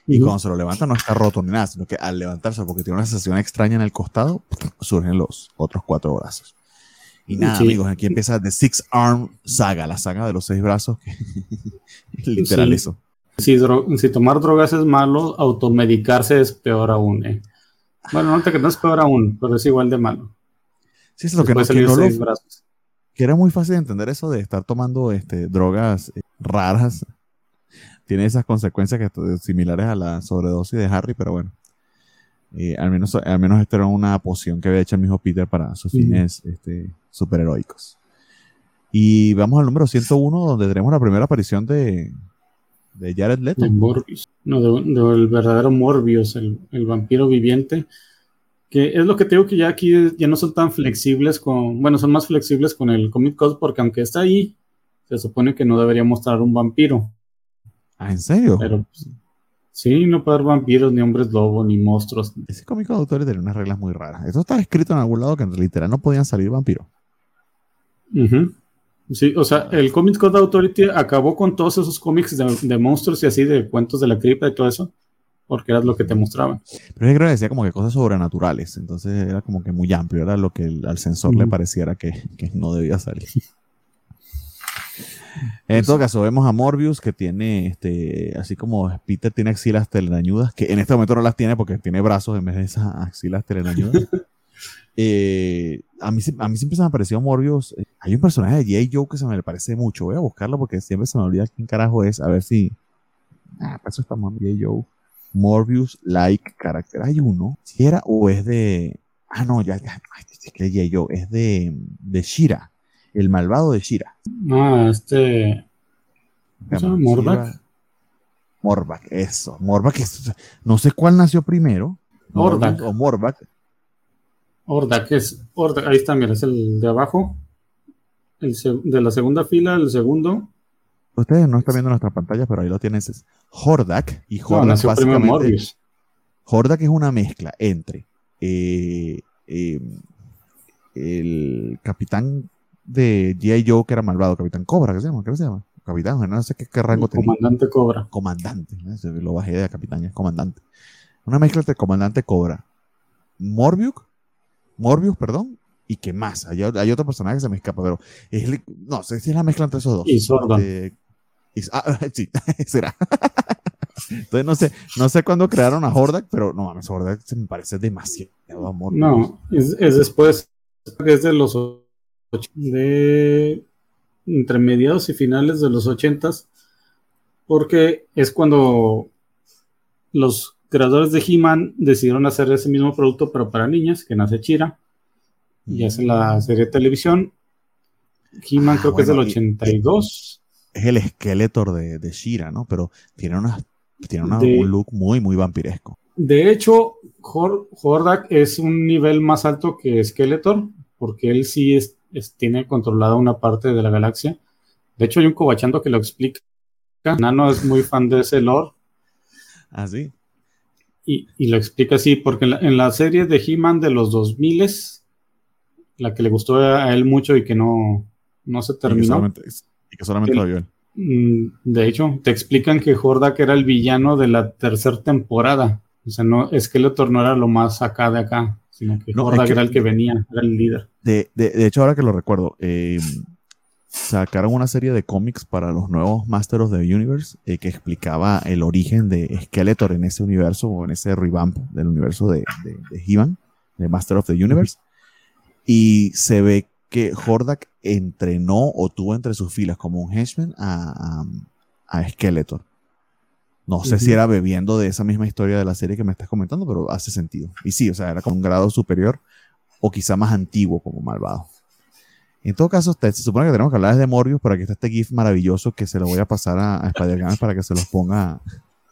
Y uh-huh. cuando se lo levanta no está roto ni nada, sino que al levantarse, porque tiene una sensación extraña en el costado, surgen los otros cuatro brazos. Y nada, sí. amigos, aquí empieza The Six Arm Saga, la saga de los seis brazos. Literal sí. eso. Si, dro- si tomar drogas es malo, automedicarse es peor aún. Eh. Bueno, no te que no es peor aún, pero es igual de malo. Sí, es lo que no, que no lo, brazos. Que era muy fácil de entender eso de estar tomando este, drogas eh, raras. Tiene esas consecuencias que, similares a la sobredosis de Harry, pero bueno. Eh, al menos al menos esto era una poción que había hecho el mismo Peter para sus fines mm. este, superheroicos. Y vamos al número ciento uno, donde tenemos la primera aparición de, de Jared Leto. De Morbius. No, del de, de verdadero Morbius, el, el vampiro viviente. Que es lo que te digo, que ya aquí ya no son tan flexibles con... Bueno, son más flexibles con el Comic Code, porque aunque está ahí, se supone que no debería mostrar un vampiro. ¿Ah, en serio? Pero... Sí, no puede haber vampiros, ni hombres lobo, ni monstruos. Ese cómico de autores tiene unas reglas muy raras. Esto está escrito en algún lado que en literal no podían salir vampiros. Uh-huh. Sí, o sea, el Comic Code Authority acabó con todos esos cómics de, de monstruos y así, de cuentos de la cripta y todo eso, porque era lo que te mostraban. Pero yo creo que decía como que cosas sobrenaturales, entonces era como que muy amplio, era lo que el, al censor uh-huh. le pareciera que, que no debía salir. En todo caso, vemos a Morbius que tiene, este, así como Peter tiene axilas telarañudas, que en este momento no las tiene porque tiene brazos en vez de esas axilas telarañudas. eh, a, mí, a mí siempre se me ha parecido Morbius. Eh, hay un personaje de G I. Joe que se me parece mucho. Voy a buscarlo porque siempre se me olvida quién carajo es. A ver si... Ah, para eso está G I. Joe. Morbius-like character. Hay uno. Si era o es de... Ah, no, ya, ya. Ay, es que G I. Joe es de, de She-Ra. El malvado de She-Ra. Ah, este... ¿Cómo se llama? Morback. Morback, eso. Morback, es, no sé cuál nació primero. Hordak. O Morback. Hordak es... Hordak, ahí está, mira, es el de abajo. El de la segunda fila, el segundo. Ustedes no están viendo nuestra pantalla, pero ahí lo tienes. Es Hordak. Y Hordak no, nació básicamente... primero Morbius. Hordak es una mezcla entre... Eh, eh, el capitán... de G I. Joe, que era malvado, Capitán Cobra, ¿qué se llama? ¿Qué se llama? Capitán, no sé qué, qué rango tenía. Comandante Cobra. Comandante, ¿no? Lo bajé de capitán, es comandante. Una mezcla entre Comandante Cobra, Morbius, Morbius, perdón, y qué más. Hay, hay otro personaje que se me escapa, pero es, no sé si es la mezcla entre esos dos. Y Sordon. Eh, y, ah, sí, será. Entonces no sé, no sé cuándo crearon a Hordak, pero no mames, Hordak se me parece demasiado a Morbius. No, es, es después, es de los de entre mediados y finales de los ochentas, porque es cuando los creadores de He-Man decidieron hacer ese mismo producto pero para niñas, que nace She-Ra y hace la serie de televisión. He-Man ah, creo bueno, que es del ochenta y dos. Es el Skeletor de, de She-Ra, ¿no? Pero tiene, una, tiene una, de, un look muy, muy vampiresco. De hecho, Hor- Hordak es un nivel más alto que Skeletor, porque él sí es Es, tiene controlada una parte de la galaxia. De hecho hay un cobachando que lo explica. Nano es muy fan de ese lore. ¿Ah, sí? Y, y lo explica así, porque en la, en la serie de He-Man de los dos mil, la que le gustó a él mucho y que no, no se terminó. Y que solamente, y que solamente lo vio él. De hecho, te explican que Hordak era el villano de la tercera temporada. O sea, no, Skeletor no era lo más acá de acá, sino que no, Hordak es que, era el que venía, era el líder. De, de, de hecho, ahora que lo recuerdo, eh, sacaron una serie de cómics para los nuevos Masters of the Universe eh, que explicaba el origen de Skeletor en ese universo, o en ese revamp del universo de, de, de He-Man, de Master of the Universe. Y se ve que Hordak entrenó o tuvo entre sus filas como un henchman a, a, a Skeletor. No sé uh-huh. si era bebiendo de esa misma historia de la serie que me estás comentando, pero hace sentido. Y sí, o sea, era como un grado superior o quizá más antiguo como malvado. En todo caso, te, se supone que tenemos que hablar de Morbius, pero aquí está este GIF maravilloso que se lo voy a pasar a, a Spider-Man para que se los ponga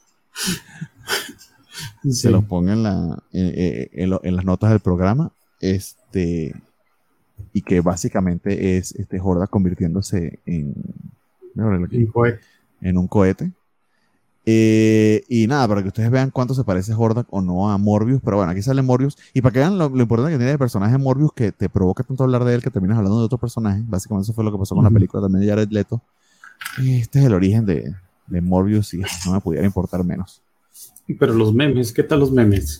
sí. se los ponga en, la, en, en, en las notas del programa. Este, y que básicamente es este Hordak convirtiéndose en, en, cohete. en un cohete. Eh, y nada, para que ustedes vean cuánto se parece Hordak o no a Morbius. Pero bueno, aquí sale Morbius. Y para que vean lo, lo importante que tiene el personaje Morbius, que te provoca tanto hablar de él que terminas hablando de otro personaje. Básicamente eso fue lo que pasó con uh-huh. la película también de Jared Leto. Este es el origen de, de Morbius y no me pudiera importar menos. Pero los memes, ¿qué tal los memes?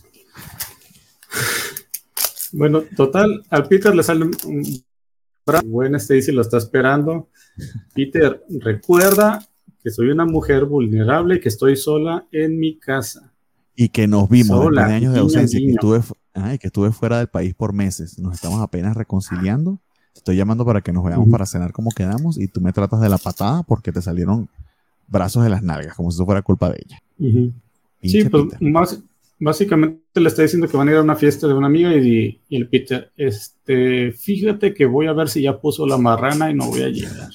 Bueno, total, al Peter le sale un buen Stacy lo está esperando. Peter, recuerda que soy una mujer vulnerable y que estoy sola en mi casa. Y que nos vimos sola, después de años de guiño, ausencia, guiño. que estuve, ay, que estuve fuera del país por meses. Nos estamos apenas reconciliando. Te estoy llamando para que nos veamos uh-huh. para cenar como quedamos y tú me tratas de la patada porque te salieron brazos de las nalgas, como si eso fuera culpa de ella. Uh-huh. Sí, pues más, básicamente le está diciendo que van a ir a una fiesta de una amiga y, y el Peter, este, fíjate que voy a ver si ya puso la marrana y no voy a llegar.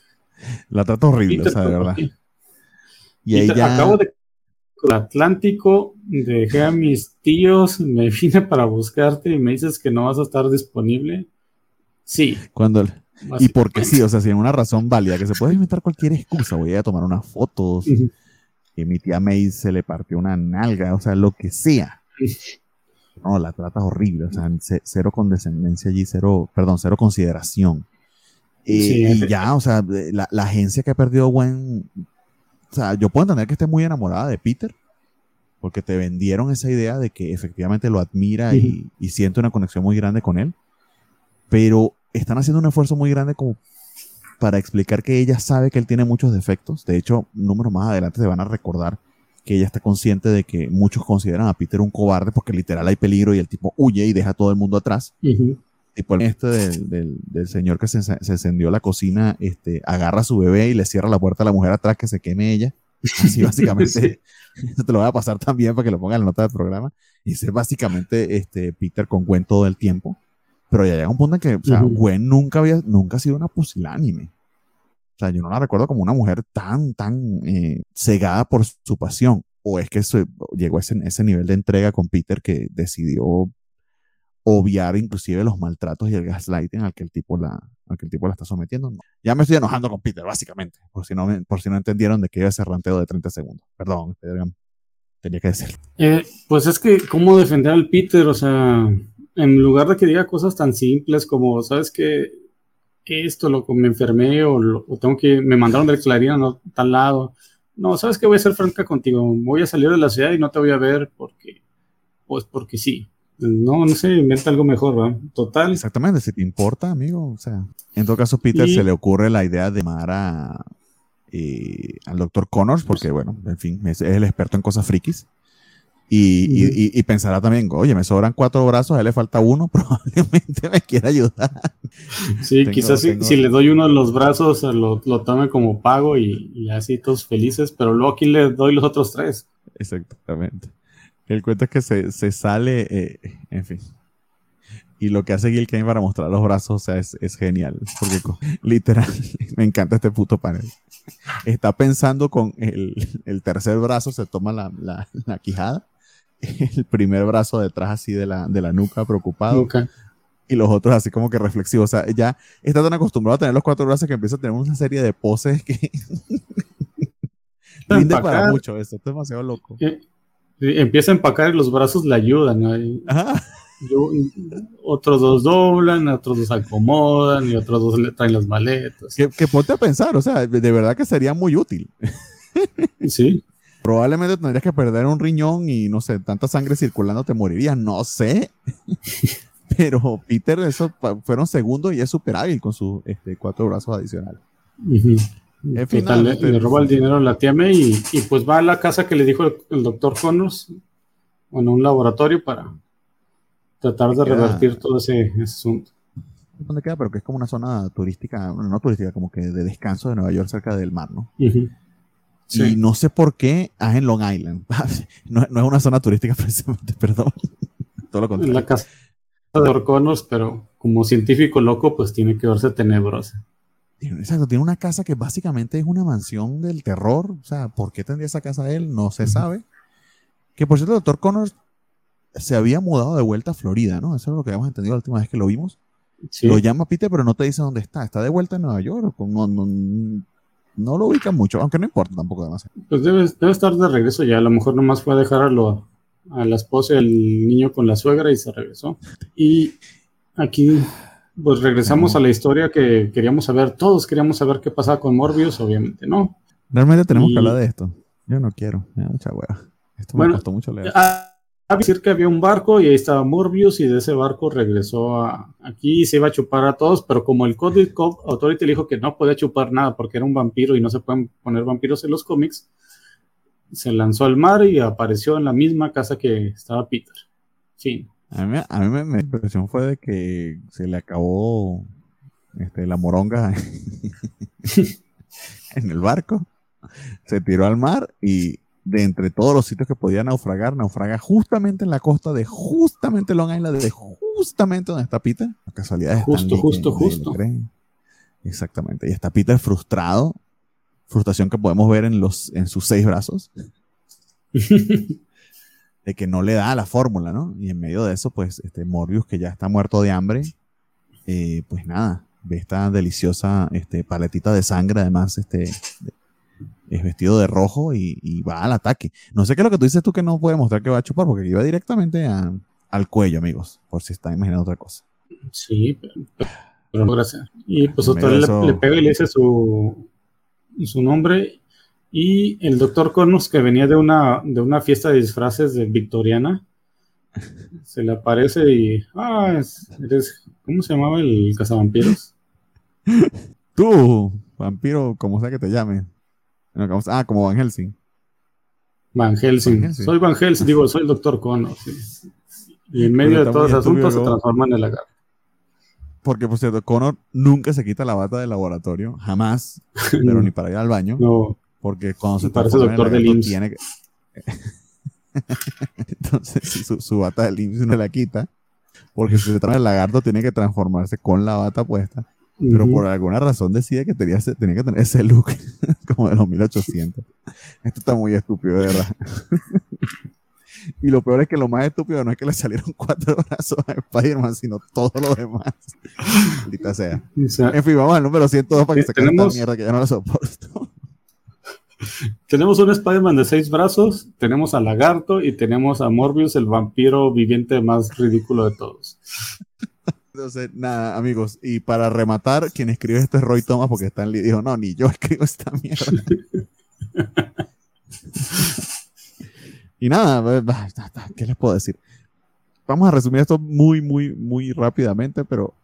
La trata horrible, Peter, o sea, de verdad. Y Peter, ella... Acabo de el Atlántico, dejé a mis tíos, me vine para buscarte y me dices que no vas a estar disponible. Sí. Cuando y porque sí, o sea, si hay una razón válida, que se puede inventar cualquier excusa, voy a tomar unas fotos, uh-huh. que mi tía May se le partió una nalga, o sea, lo que sea. No, la trata horrible, o sea, cero condescendencia allí, cero, perdón, cero consideración. Eh, sí, y ya, o sea, la, la agencia que ha perdido buen... O sea, yo puedo entender que esté muy enamorada de Peter, porque te vendieron esa idea de que efectivamente lo admira uh-huh. y, y siente una conexión muy grande con él, pero están haciendo un esfuerzo muy grande como para explicar que ella sabe que él tiene muchos defectos. De hecho, números más adelante se van a recordar que ella está consciente de que muchos consideran a Peter un cobarde porque literal hay peligro y el tipo huye y deja a todo el mundo atrás. Uh-huh. Tipo el este del, del, del señor que se, se encendió la cocina, este, agarra a su bebé y le cierra la puerta a la mujer atrás que se queme ella. Así básicamente, sí. Eso te lo voy a pasar también para que lo ponga en la nota del programa. Y ese es básicamente este, Peter con Gwen todo el tiempo. Pero ya llega un punto en que, o sea, uh-huh. Gwen nunca había, nunca ha sido una pusilánime. O sea, yo no la recuerdo como una mujer tan, tan eh, cegada por su pasión. O es que se, llegó a ese, ese nivel de entrega con Peter que decidió obviar inclusive los maltratos y el gaslighting al que el tipo la, al que el tipo la está sometiendo. No. Ya me estoy enojando con Peter, básicamente, por si no, me, por si no entendieron de qué iba ese ranteo de treinta segundos. Perdón, tenía que decirlo. Eh, pues es que, ¿cómo defender al Peter? O sea, en lugar de que diga cosas tan simples como, ¿sabes qué? Esto, loco, me enfermé o, lo, o tengo que, me mandaron del Clarín a tal lado. No, ¿sabes qué? Voy a ser franca contigo. Voy a salir de la ciudad y no te voy a ver porque, pues porque sí. No, no sé, inventa algo mejor, ¿verdad? Total. Exactamente, si te importa, amigo, o sea, en todo caso, Peter y... se le ocurre la idea de llamar a, eh, al doctor Connors, porque, bueno, en fin, es, es el experto en cosas frikis, y, uh-huh. y, y, y pensará también, oye, me sobran cuatro brazos, a él le falta uno, probablemente me quiera ayudar. Sí, tengo, quizás tengo... si, si le doy uno de los brazos, lo, lo tome como pago y, y así todos felices, pero luego aquí le doy los otros tres. Exactamente. El cuento es que se, se sale, eh, en fin. Y lo que hace Gil Kane para mostrar los brazos, o sea, es, es genial. Porque literal, me encanta este puto panel. Está pensando con el, el tercer brazo, se toma la, la, la quijada. El primer brazo detrás así de la, de la nuca, preocupado. Okay. Y los otros así como que reflexivos. O sea, ya está tan acostumbrado a tener los cuatro brazos que empieza a tener una serie de poses que... Rinde para mucho eso, esto es demasiado loco. ¿Qué? Empieza a empacar y los brazos le ayudan, ¿no? Yo, otros dos doblan, otros dos acomodan y otros dos le traen las maletas. Que, que ponte a pensar, o sea, de verdad que sería muy útil. Sí. Probablemente tendrías que perder un riñón y no sé, tanta sangre circulando te morirías, no sé. Pero Peter, eso fueron segundos y es súper hábil con sus este, cuatro brazos adicionales. Uh-huh. En fin, Total, le, le roba el dinero a la tía May y, y pues va a la casa que le dijo el, el doctor Connors, bueno, un laboratorio para tratar de queda, revertir todo ese, ese asunto. ¿Dónde queda? Pero que es como una zona turística, bueno, no turística, como que de descanso de Nueva York cerca del mar, ¿no? Uh-huh. Sí. Y no sé por qué es en Long Island. no, no es una zona turística precisamente, perdón. Todo lo contrario. En la casa de doctor Connors, pero como científico loco, pues tiene que verse tenebrosa. Exacto, tiene una casa que básicamente es una mansión del terror. O sea, ¿por qué tendría esa casa él? No se uh-huh. sabe. Que por cierto, el doctor Connors se había mudado de vuelta a Florida, ¿no? Eso es lo que habíamos entendido la última vez que lo vimos. Sí. Lo llama Peter, pero no te dice dónde está. Está de vuelta en Nueva York. No, no, no lo ubican mucho, aunque no importa tampoco demasiado. Pues debe, debe estar de regreso ya. A lo mejor nomás fue a dejar a, lo, a la esposa y al niño con la suegra y se regresó. Y aquí... pues regresamos no. a la historia que queríamos saber, todos queríamos saber qué pasaba con Morbius, obviamente no. Realmente tenemos y... que hablar de esto. Yo no quiero, me da mucha hueva. Esto me bueno, costó mucho leer. A, a decir que había un barco y ahí estaba Morbius y de ese barco regresó a, aquí y se iba a chupar a todos, pero como el Code Authority le dijo que no podía chupar nada porque era un vampiro y no se pueden poner vampiros en los cómics, se lanzó al mar y apareció en la misma casa que estaba Peter. Sí. A mí, a mí me, mi impresión fue de que se le acabó este, la moronga en el barco, se tiró al mar y de entre todos los sitios que podía naufragar, naufraga justamente en la costa de justamente Long Island, de justamente donde está Peter. La casualidad es justo, justo, justo. Exactamente. Y está Peter frustrado, frustración que podemos ver en, los, en sus seis brazos. De que no le da la fórmula, ¿no? Y en medio de eso, pues, este Morbius, que ya está muerto de hambre, eh, pues nada, ve esta deliciosa este, paletita de sangre, además, este, de, es vestido de rojo y, y va al ataque. No sé qué es lo que tú dices tú que no puede mostrar que va a chupar, porque iba directamente a, al cuello, amigos, por si están imaginando otra cosa. Sí, pero, pero no, gracias. Y pues otra vez le, le pega y le dice su, su nombre. Y el doctor Connors, que venía de una, de una fiesta de disfraces de victoriana, se le aparece y... Ah, es, eres, ¿cómo se llamaba el cazavampiros? Tú, vampiro, como sea que te llame. Ah, como Van Helsing. Van Helsing. Van Helsing. Soy Van Helsing, digo, soy el doctor Connors. Sí. Y en medio de todo ese asunto se transforma en el lagarto. Porque, por cierto, Connor nunca se quita la bata del laboratorio, jamás, pero ni para ir al baño. No. Porque cuando se parece doctor del I M S S tiene que... Entonces, si su, su bata del I M S S no la quita, porque si se trae el lagarto tiene que transformarse con la bata puesta, uh-huh. Pero por alguna razón decide que tenía, tenía que tener ese look como de los mil ochocientos. Esto está muy estúpido, de verdad. Y lo peor es que lo más estúpido no es que le salieron cuatro brazos a Spider-Man, sino todo lo demás. Maldita sea. O sea. En fin, vamos al número ciento dos para que se acabe esta mierda que ya no la soporto. Tenemos un Spider-Man de seis brazos, tenemos al lagarto y tenemos a Morbius, el vampiro viviente más ridículo de todos. Entonces, nada, amigos, y para rematar, quien escribe esto es Roy Thomas, porque Stan Lee dijo, no, ni yo escribo esta mierda. Y nada, ¿qué les puedo decir? Vamos a resumir esto muy, muy, muy rápidamente, pero...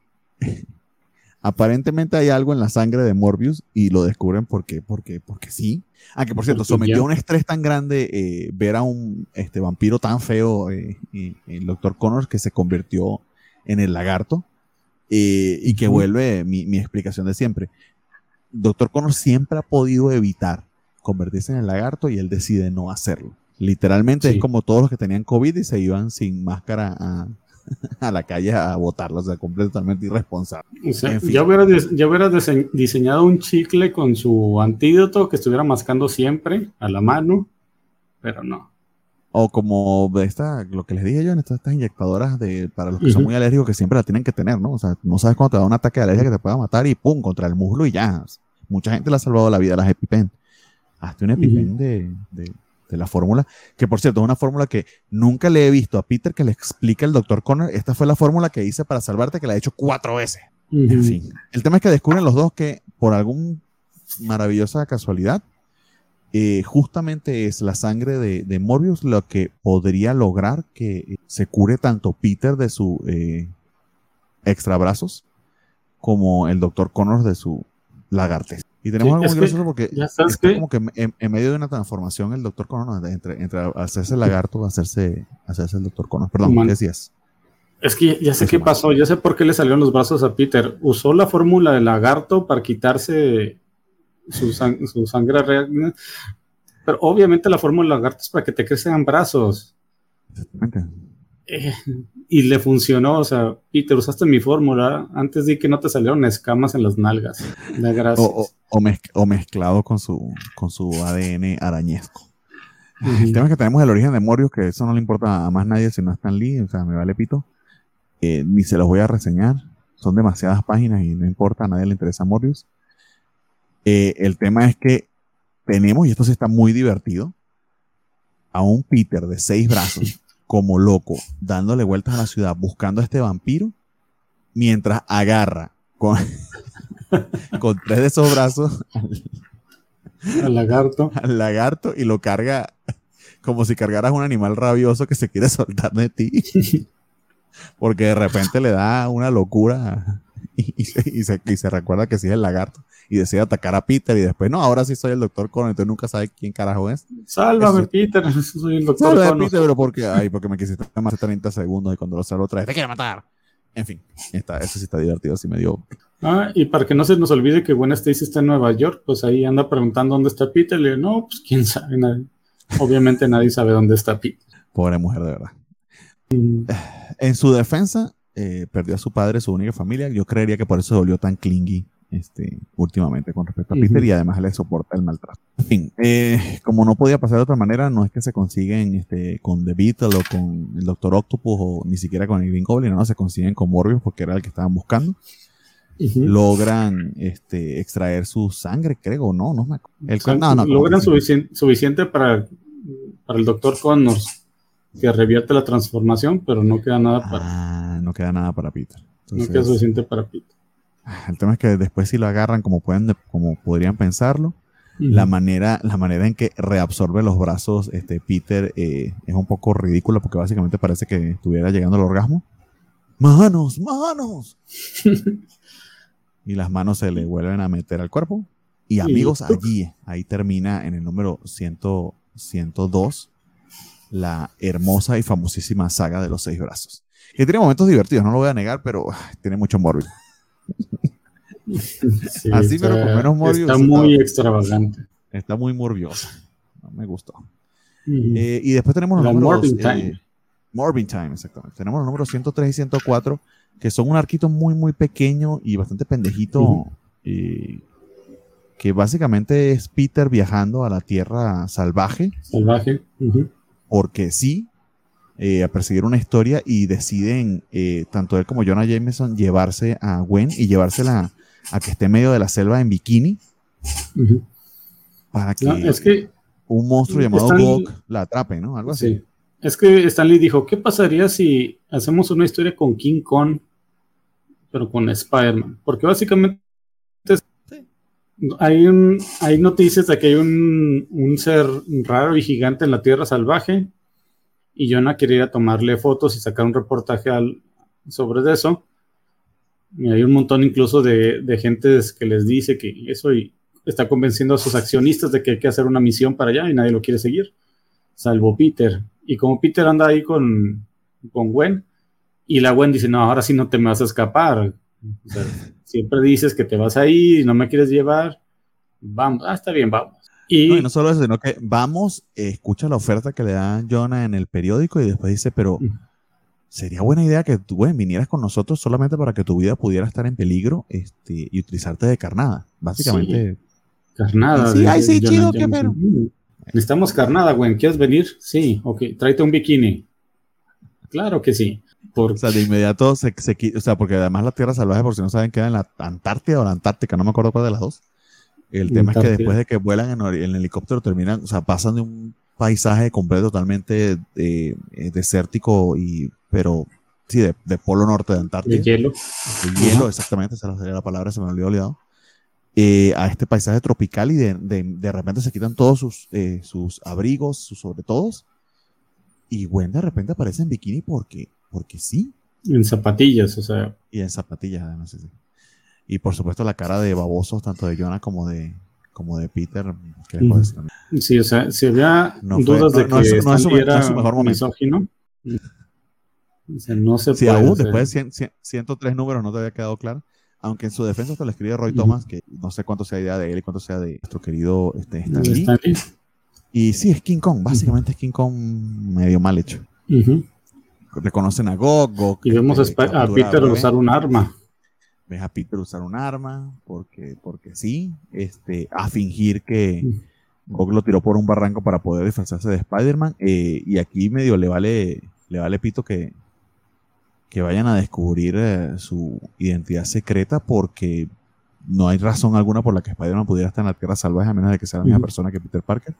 Aparentemente hay algo en la sangre de Morbius y lo descubren porque, porque, porque sí. Ah, que por cierto, sometió a un estrés tan grande eh, ver a un este, vampiro tan feo, eh, eh, el doctor Connors, que se convirtió en el lagarto eh, y que uh-huh. vuelve mi, mi explicación de siempre. doctor Connors siempre ha podido evitar convertirse en el lagarto y él decide no hacerlo. Literalmente sí. Es como todos los que tenían COVID y se iban sin máscara a... a la calle a botarlo, o sea, completamente irresponsable. O sea, en fin. ya hubiera, ya hubiera diseñado un chicle con su antídoto que estuviera mascando siempre a la mano, pero no. O como esta, lo que les dije yo en estas, estas inyectadoras de, para los que uh-huh. son muy alérgicos, que siempre la tienen que tener, ¿no? O sea, no sabes cuándo te da un ataque de alergia que te pueda matar y pum, contra el muslo y ya. Mucha gente le ha salvado la vida a las EpiPen. Hazte un EpiPen uh-huh. de... de de la fórmula, que por cierto es una fórmula que nunca le he visto a Peter que le explica el doctor Connors. Esta fue la fórmula que hice para salvarte, que la he hecho cuatro veces. Uh-huh. En fin, el tema es que descubren los dos que por alguna maravillosa casualidad eh, justamente es la sangre de, de Morbius lo que podría lograr que se cure tanto Peter de su eh, extra brazos como el doctor Connors de su lagartez. Y tenemos sí, algo muy gracioso porque está que... como que en, en medio de una transformación el doctor Connors, entre, entre hacerse el lagarto, hacerse, hacerse el doctor Connors. Perdón, Man. ¿Qué decías? Es que ya sé es qué humano. pasó, ya sé por qué le salieron los brazos a Peter. Usó la fórmula del lagarto para quitarse su, sang- su sangre real. Pero obviamente la fórmula del lagarto es para que te crezcan brazos. Exactamente. Eh, y le funcionó, o sea, Peter, usaste mi fórmula, antes di que no te salieron escamas en las nalgas. Gracias. O, o, o, mezc- o mezclado con su, con su A D N arañesco. Uh-huh. El tema es que tenemos el origen de Morbius, que eso no le importa a más nadie si no Stan Lee, o sea, me vale pito. Eh, ni se los voy a reseñar, son demasiadas páginas y no importa, a nadie le interesa Morbius. Eh, el tema es que tenemos, y esto sí está muy divertido, a un Peter de seis brazos como loco, dándole vueltas a la ciudad, buscando a este vampiro, mientras agarra con, con tres de esos brazos al, al lagarto al lagarto y lo carga como si cargaras un animal rabioso que se quiere soltar de ti. Porque de repente le da una locura y, y, se, y, se, y se recuerda que sí es el lagarto y decide atacar a Peter y después, no, ahora sí soy el doctor Connors, entonces nunca sabe quién carajo es. Sálvame, es, Peter, soy el doctor Connors. Sálvame, Peter, pero porque, ay, porque me quisiste más de treinta segundos y cuando lo salvo otra vez, te quiero matar. En fin, está, eso sí está divertido, sí me dio. Ah, y para que no se nos olvide que Gwen Stacy está en Nueva York, pues ahí anda preguntando dónde está Peter. Le digo, no, pues quién sabe, nadie. Obviamente nadie sabe dónde está Peter. Pobre mujer, de verdad. Mm. En su defensa, eh, perdió a su padre, su única familia. Yo creería que por eso se volvió tan clingy este, últimamente con respecto a uh-huh. Peter y además le soporta el maltrato. En fin, eh, como no podía pasar de otra manera, no es que se consiguen este, con The Beetle o con el Doctor Octopus o ni siquiera con el Green Goblin, no, se consiguen con Morbius porque era el que estaban buscando. Uh-huh. Logran este, extraer su sangre, creo, no, no me acuerdo. El, o sea, no, no, logran suficiente, suficiente para, para el Doctor Connors, que revierte la transformación, pero no queda nada para... Ah, no queda nada para Peter. Entonces, no queda suficiente para Peter. El tema es que después si lo agarran como pueden, como podrían pensarlo, uh-huh. la manera, la manera en que reabsorbe los brazos este Peter eh, es un poco ridícula porque básicamente parece que estuviera llegando al orgasmo. ¡Manos! ¡Manos! Y las manos se le vuelven a meter al cuerpo. Y amigos, allí, ahí termina en el número ciento dos la hermosa y famosísima saga de los seis brazos. Que tiene momentos divertidos, no lo voy a negar, pero uh, tiene mucho Morbius. Sí, así, está, pero con menos Morbius. Está muy está, extravagante. Está muy morbiosa. No me gustó. Mm-hmm. Eh, y después tenemos los la números... Morbin Time. Eh, Morbin Time, exactamente. Tenemos los números ciento tres y ciento cuatro, que son un arquito muy, muy pequeño y bastante pendejito. Mm-hmm. eh, que básicamente es Peter viajando a la Tierra salvaje. Salvaje. Uh-huh. Porque sí, eh, a perseguir una historia y deciden, eh, tanto él como Jonah Jameson, llevarse a Gwen y llevársela a que esté en medio de la selva en bikini. Uh-huh. Para que, no, es que un monstruo llamado Stan... Gok la atrape, ¿no? Algo así. Sí. Es que Stan Lee dijo, ¿qué pasaría si hacemos una historia con King Kong, pero con Spider-Man? Porque básicamente sí. hay, un, hay noticias de que hay un, un ser raro y gigante en la Tierra salvaje y Jonah quería tomarle fotos y sacar un reportaje al, sobre eso. Y hay un montón incluso de, de gente que les dice que eso y está convenciendo a sus accionistas de que hay que hacer una misión para allá y nadie lo quiere seguir, salvo Peter. Y como Peter anda ahí con, con Gwen, y la Gwen dice, no, ahora sí no te me vas a escapar. O sea, siempre dices que te vas a ir y no me quieres llevar. Vamos, ah, está bien, vamos. Y no, y no solo eso, sino que vamos, eh, escucha la oferta que le da Jonah en el periódico y después dice, pero uh-huh. sería buena idea que tú, Gwen, vinieras con nosotros solamente para que tu vida pudiera estar en peligro este, y utilizarte de carnada. Básicamente. Sí. Carnada. Sí, de, ay, sí, de chido, qué pero. Necesitamos carnada, Gwen. ¿Quieres venir? Sí, ok. Tráete un bikini. Claro que sí. Por... O sea, de inmediato se, se o sea, porque además la Tierra Salvaje, por si no saben, queda en la Antártida o la Antártica, no me acuerdo cuál de las dos. El tema Antártida. Es que después de que vuelan en, en el helicóptero terminan, o sea, pasan de un paisaje completo totalmente eh, desértico y, pero sí, de, de polo norte de Antártida. De hielo. De hielo, uh-huh. exactamente, esa sería la palabra, se me olvidó olvidado. Eh, a este paisaje tropical y de, de, de repente se quitan todos sus, eh, sus abrigos, sus sobretodos y Gwen de repente aparece en bikini porque, porque sí. En zapatillas, o sea. Y en zapatillas además, sí, sí. Y por supuesto la cara de babosos tanto de Jonah como de, como de Peter. ¿Qué les puedo decir también? Sí, o sea, si había no dudas fue, no, de que no, no, no es su, era no es su mejor momento. Misógino. O sea, no se sí, puede. Aún hacer. Después de cien, ciento tres números no te había quedado claro. Aunque en su defensa te lo escribe Roy uh-huh. Thomas, que no sé cuánto sea idea de él y cuánto sea de nuestro querido este, Stan Lee. Stan Lee. Y sí, es King Kong. Básicamente uh-huh. es King Kong medio mal hecho. Uh-huh. Reconocen a Gok, Gok. Y vemos este, a, a Peter a usar un arma. Ves a Peter usar un arma, porque, porque sí. Este, a fingir que uh-huh. Gok lo tiró por un barranco para poder disfrazarse de Spider-Man. Eh, y aquí medio le vale, le vale pito que... que vayan a descubrir eh, su identidad secreta porque no hay razón alguna por la que Spider-Man pudiera estar en la Tierra Salvaje a menos de que sea la misma uh-huh. persona que Peter Parker.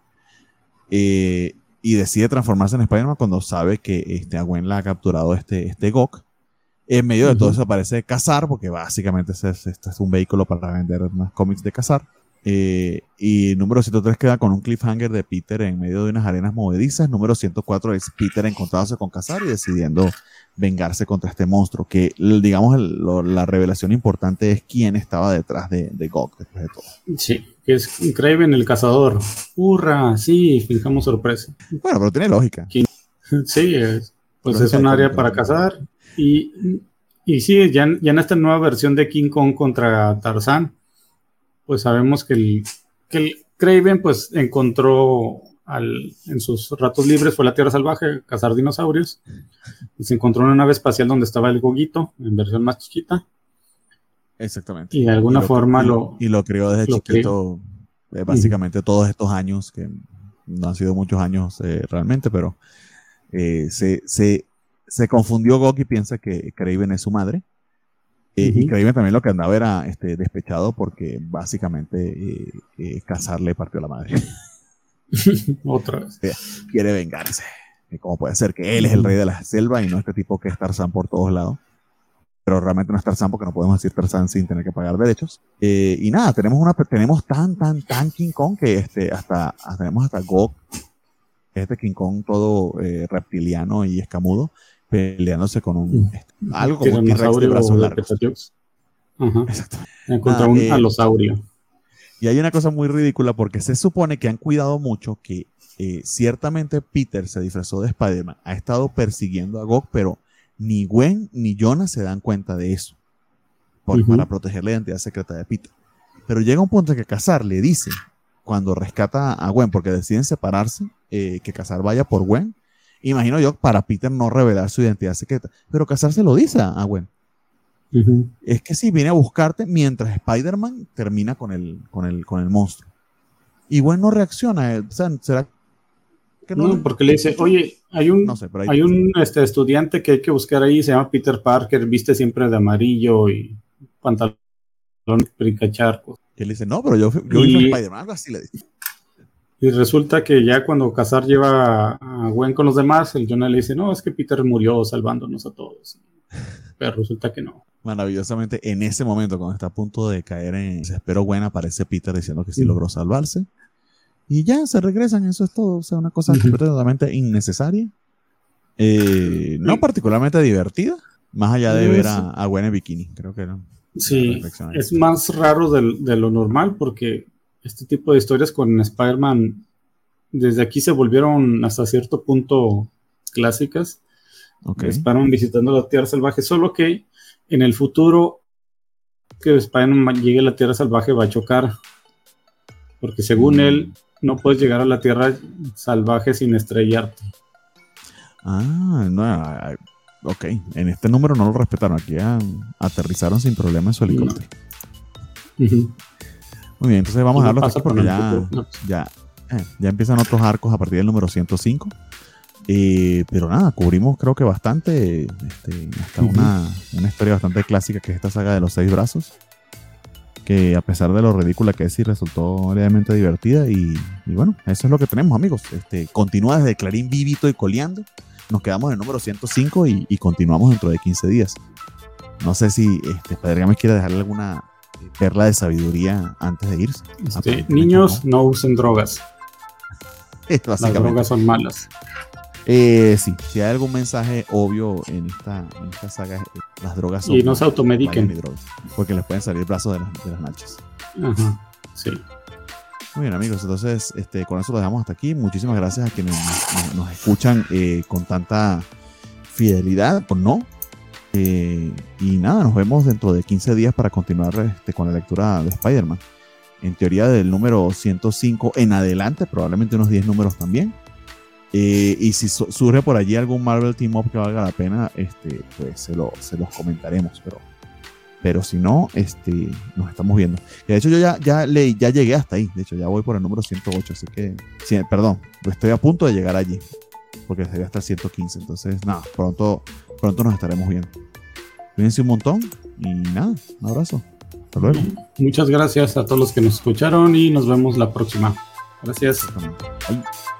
Eh, y decide transformarse en Spider-Man cuando sabe que este, a Gwen la ha capturado este, este Gok. En medio uh-huh. de todo eso aparece Cazar, porque básicamente este es, este es un vehículo para vender más cómics de Cazar. Eh, y número ciento tres queda con un cliffhanger de Peter en medio de unas arenas movedizas. Número ciento cuatro es Peter encontrándose con Ka-Zar y decidiendo vengarse contra este monstruo. Que, digamos, el, lo, la revelación importante es quién estaba detrás de, de Gog, después de todo. Sí, que es Kraven el cazador. ¡Hurra! Sí, fijamos sorpresa. Bueno, pero tiene lógica. Sí, es, pues lógica es un área para cazar. Y, y sí, ya, ya en esta nueva versión de King Kong contra Tarzán, pues sabemos que el, que el Kraven pues encontró al, en sus ratos libres, fue a la Tierra Salvaje a cazar dinosaurios y se encontró una nave espacial donde estaba el Goguito en versión más chiquita. Exactamente. Y de alguna y lo, forma y, lo... Y lo crió desde lo chiquito, eh, básicamente uh-huh. todos estos años, que no han sido muchos años eh, realmente, pero eh, se, se, se confundió Gog y piensa que Kraven es su madre. Eh, uh-huh. Y Kraven también lo que andaba era este, despechado porque básicamente eh, eh, Ka-Zar le partió la madre. Otra vez. Eh, quiere vengarse. ¿Cómo puede ser que él es el rey de la selva y no este tipo que es Tarzán por todos lados? Pero realmente no es Tarzán porque no podemos decir Tarzán sin tener que pagar derechos. Eh, y nada, tenemos una tenemos tan, tan, tan King Kong que este, hasta, hasta tenemos hasta Gog, este King Kong todo eh, reptiliano y escamudo, peleándose con un este, algo como un T-Rex de brazos largos. Ajá. Contra ah, un eh, alosaurio. Y hay una cosa muy ridícula porque se supone que han cuidado mucho que eh, ciertamente Peter se disfrazó de Spider-Man, ha estado persiguiendo a Gog, pero ni Gwen ni Jonah se dan cuenta de eso por, uh-huh. para proteger la identidad secreta de Peter. Pero llega un punto en que Ka-Zar le dice, cuando rescata a Gwen, porque deciden separarse, eh, que Ka-Zar vaya por Gwen. Imagino yo para Peter no revelar su identidad secreta, pero Ka-Zar se lo dice a Gwen. Uh-huh. Es que sí, viene a buscarte mientras Spider-Man termina con el, con el, con el monstruo. Y Gwen no reacciona. O sea, ¿será que no? No, porque le dice, oye, hay un, no sé, hay, hay un este, estudiante que hay que buscar ahí, se llama Peter Parker, viste siempre de amarillo y pantalón brincacharcos. Y él dice, no, pero yo, yo y, vi Spider-Man, algo así le dice. Y resulta que ya cuando Ka-Zar lleva a Gwen con los demás, el Jonah le dice, no, es que Peter murió salvándonos a todos. Pero resulta que no. Maravillosamente, en ese momento, cuando está a punto de caer en desespero, Gwen, aparece Peter diciendo que sí logró salvarse. Y ya, se regresan, eso es todo. O sea, una cosa uh-huh. completamente innecesaria. Eh, no uh-huh. particularmente divertida, más allá de uh-huh. ver a, a Gwen en bikini. Creo que era. Sí, es más raro de, de lo normal porque este tipo de historias con Spider-Man desde aquí se volvieron hasta cierto punto clásicas. Okay. Spider-Man visitando la Tierra Salvaje, solo que en el futuro que Spider-Man llegue a la Tierra Salvaje va a chocar, porque según mm. él no puedes llegar a la Tierra Salvaje sin estrellarte. Ah, no, ok, en este número no lo respetaron, aquí han, aterrizaron sin problema en su helicóptero. No. Uh-huh. Muy bien, entonces vamos a darlo aquí porque ya, ya, eh, ya empiezan otros arcos a partir del número ciento cinco. Eh, pero nada, cubrimos creo que bastante, este, hasta uh-huh. una, una historia bastante clásica que es esta saga de los seis brazos, que a pesar de lo ridícula que es, sí resultó realmente divertida y, y bueno, eso es lo que tenemos, amigos. Este, continúa desde Clarín vivito y coleando, nos quedamos en el número ciento cinco y, y continuamos dentro de quince días. No sé si este, Padre Gámez quiere dejarle alguna perla de sabiduría antes de irse. Este, niños, no usen drogas. Las drogas son malas. Eh, sí, si hay algún mensaje obvio en esta, en esta saga, eh, las drogas son... Y no se automediquen. Drogas, porque les pueden salir brazos de las, de las nachas. Ajá, sí. Muy bien, amigos, entonces este, con eso lo dejamos hasta aquí. Muchísimas gracias a quienes nos, nos escuchan eh, con tanta fidelidad, o no. Eh, y nada, nos vemos dentro de quince días para continuar este, con la lectura de Spider-Man. En teoría del número ciento cinco en adelante, probablemente unos diez números también. Eh, y si su- surge por allí algún Marvel Team Up que valga la pena, este, pues se, lo, se los comentaremos, pero, pero si no, este, nos estamos viendo. De hecho, yo ya, ya, le, ya llegué hasta ahí, de hecho, ya voy por el número ciento ocho, así que, sí, perdón, estoy a punto de llegar allí, porque sería hasta el ciento quince, entonces, nada, pronto, pronto nos estaremos viendo. Cuídense un montón y nada, un abrazo. Hasta luego. Muchas gracias a todos los que nos escucharon y nos vemos la próxima. Gracias. Bye.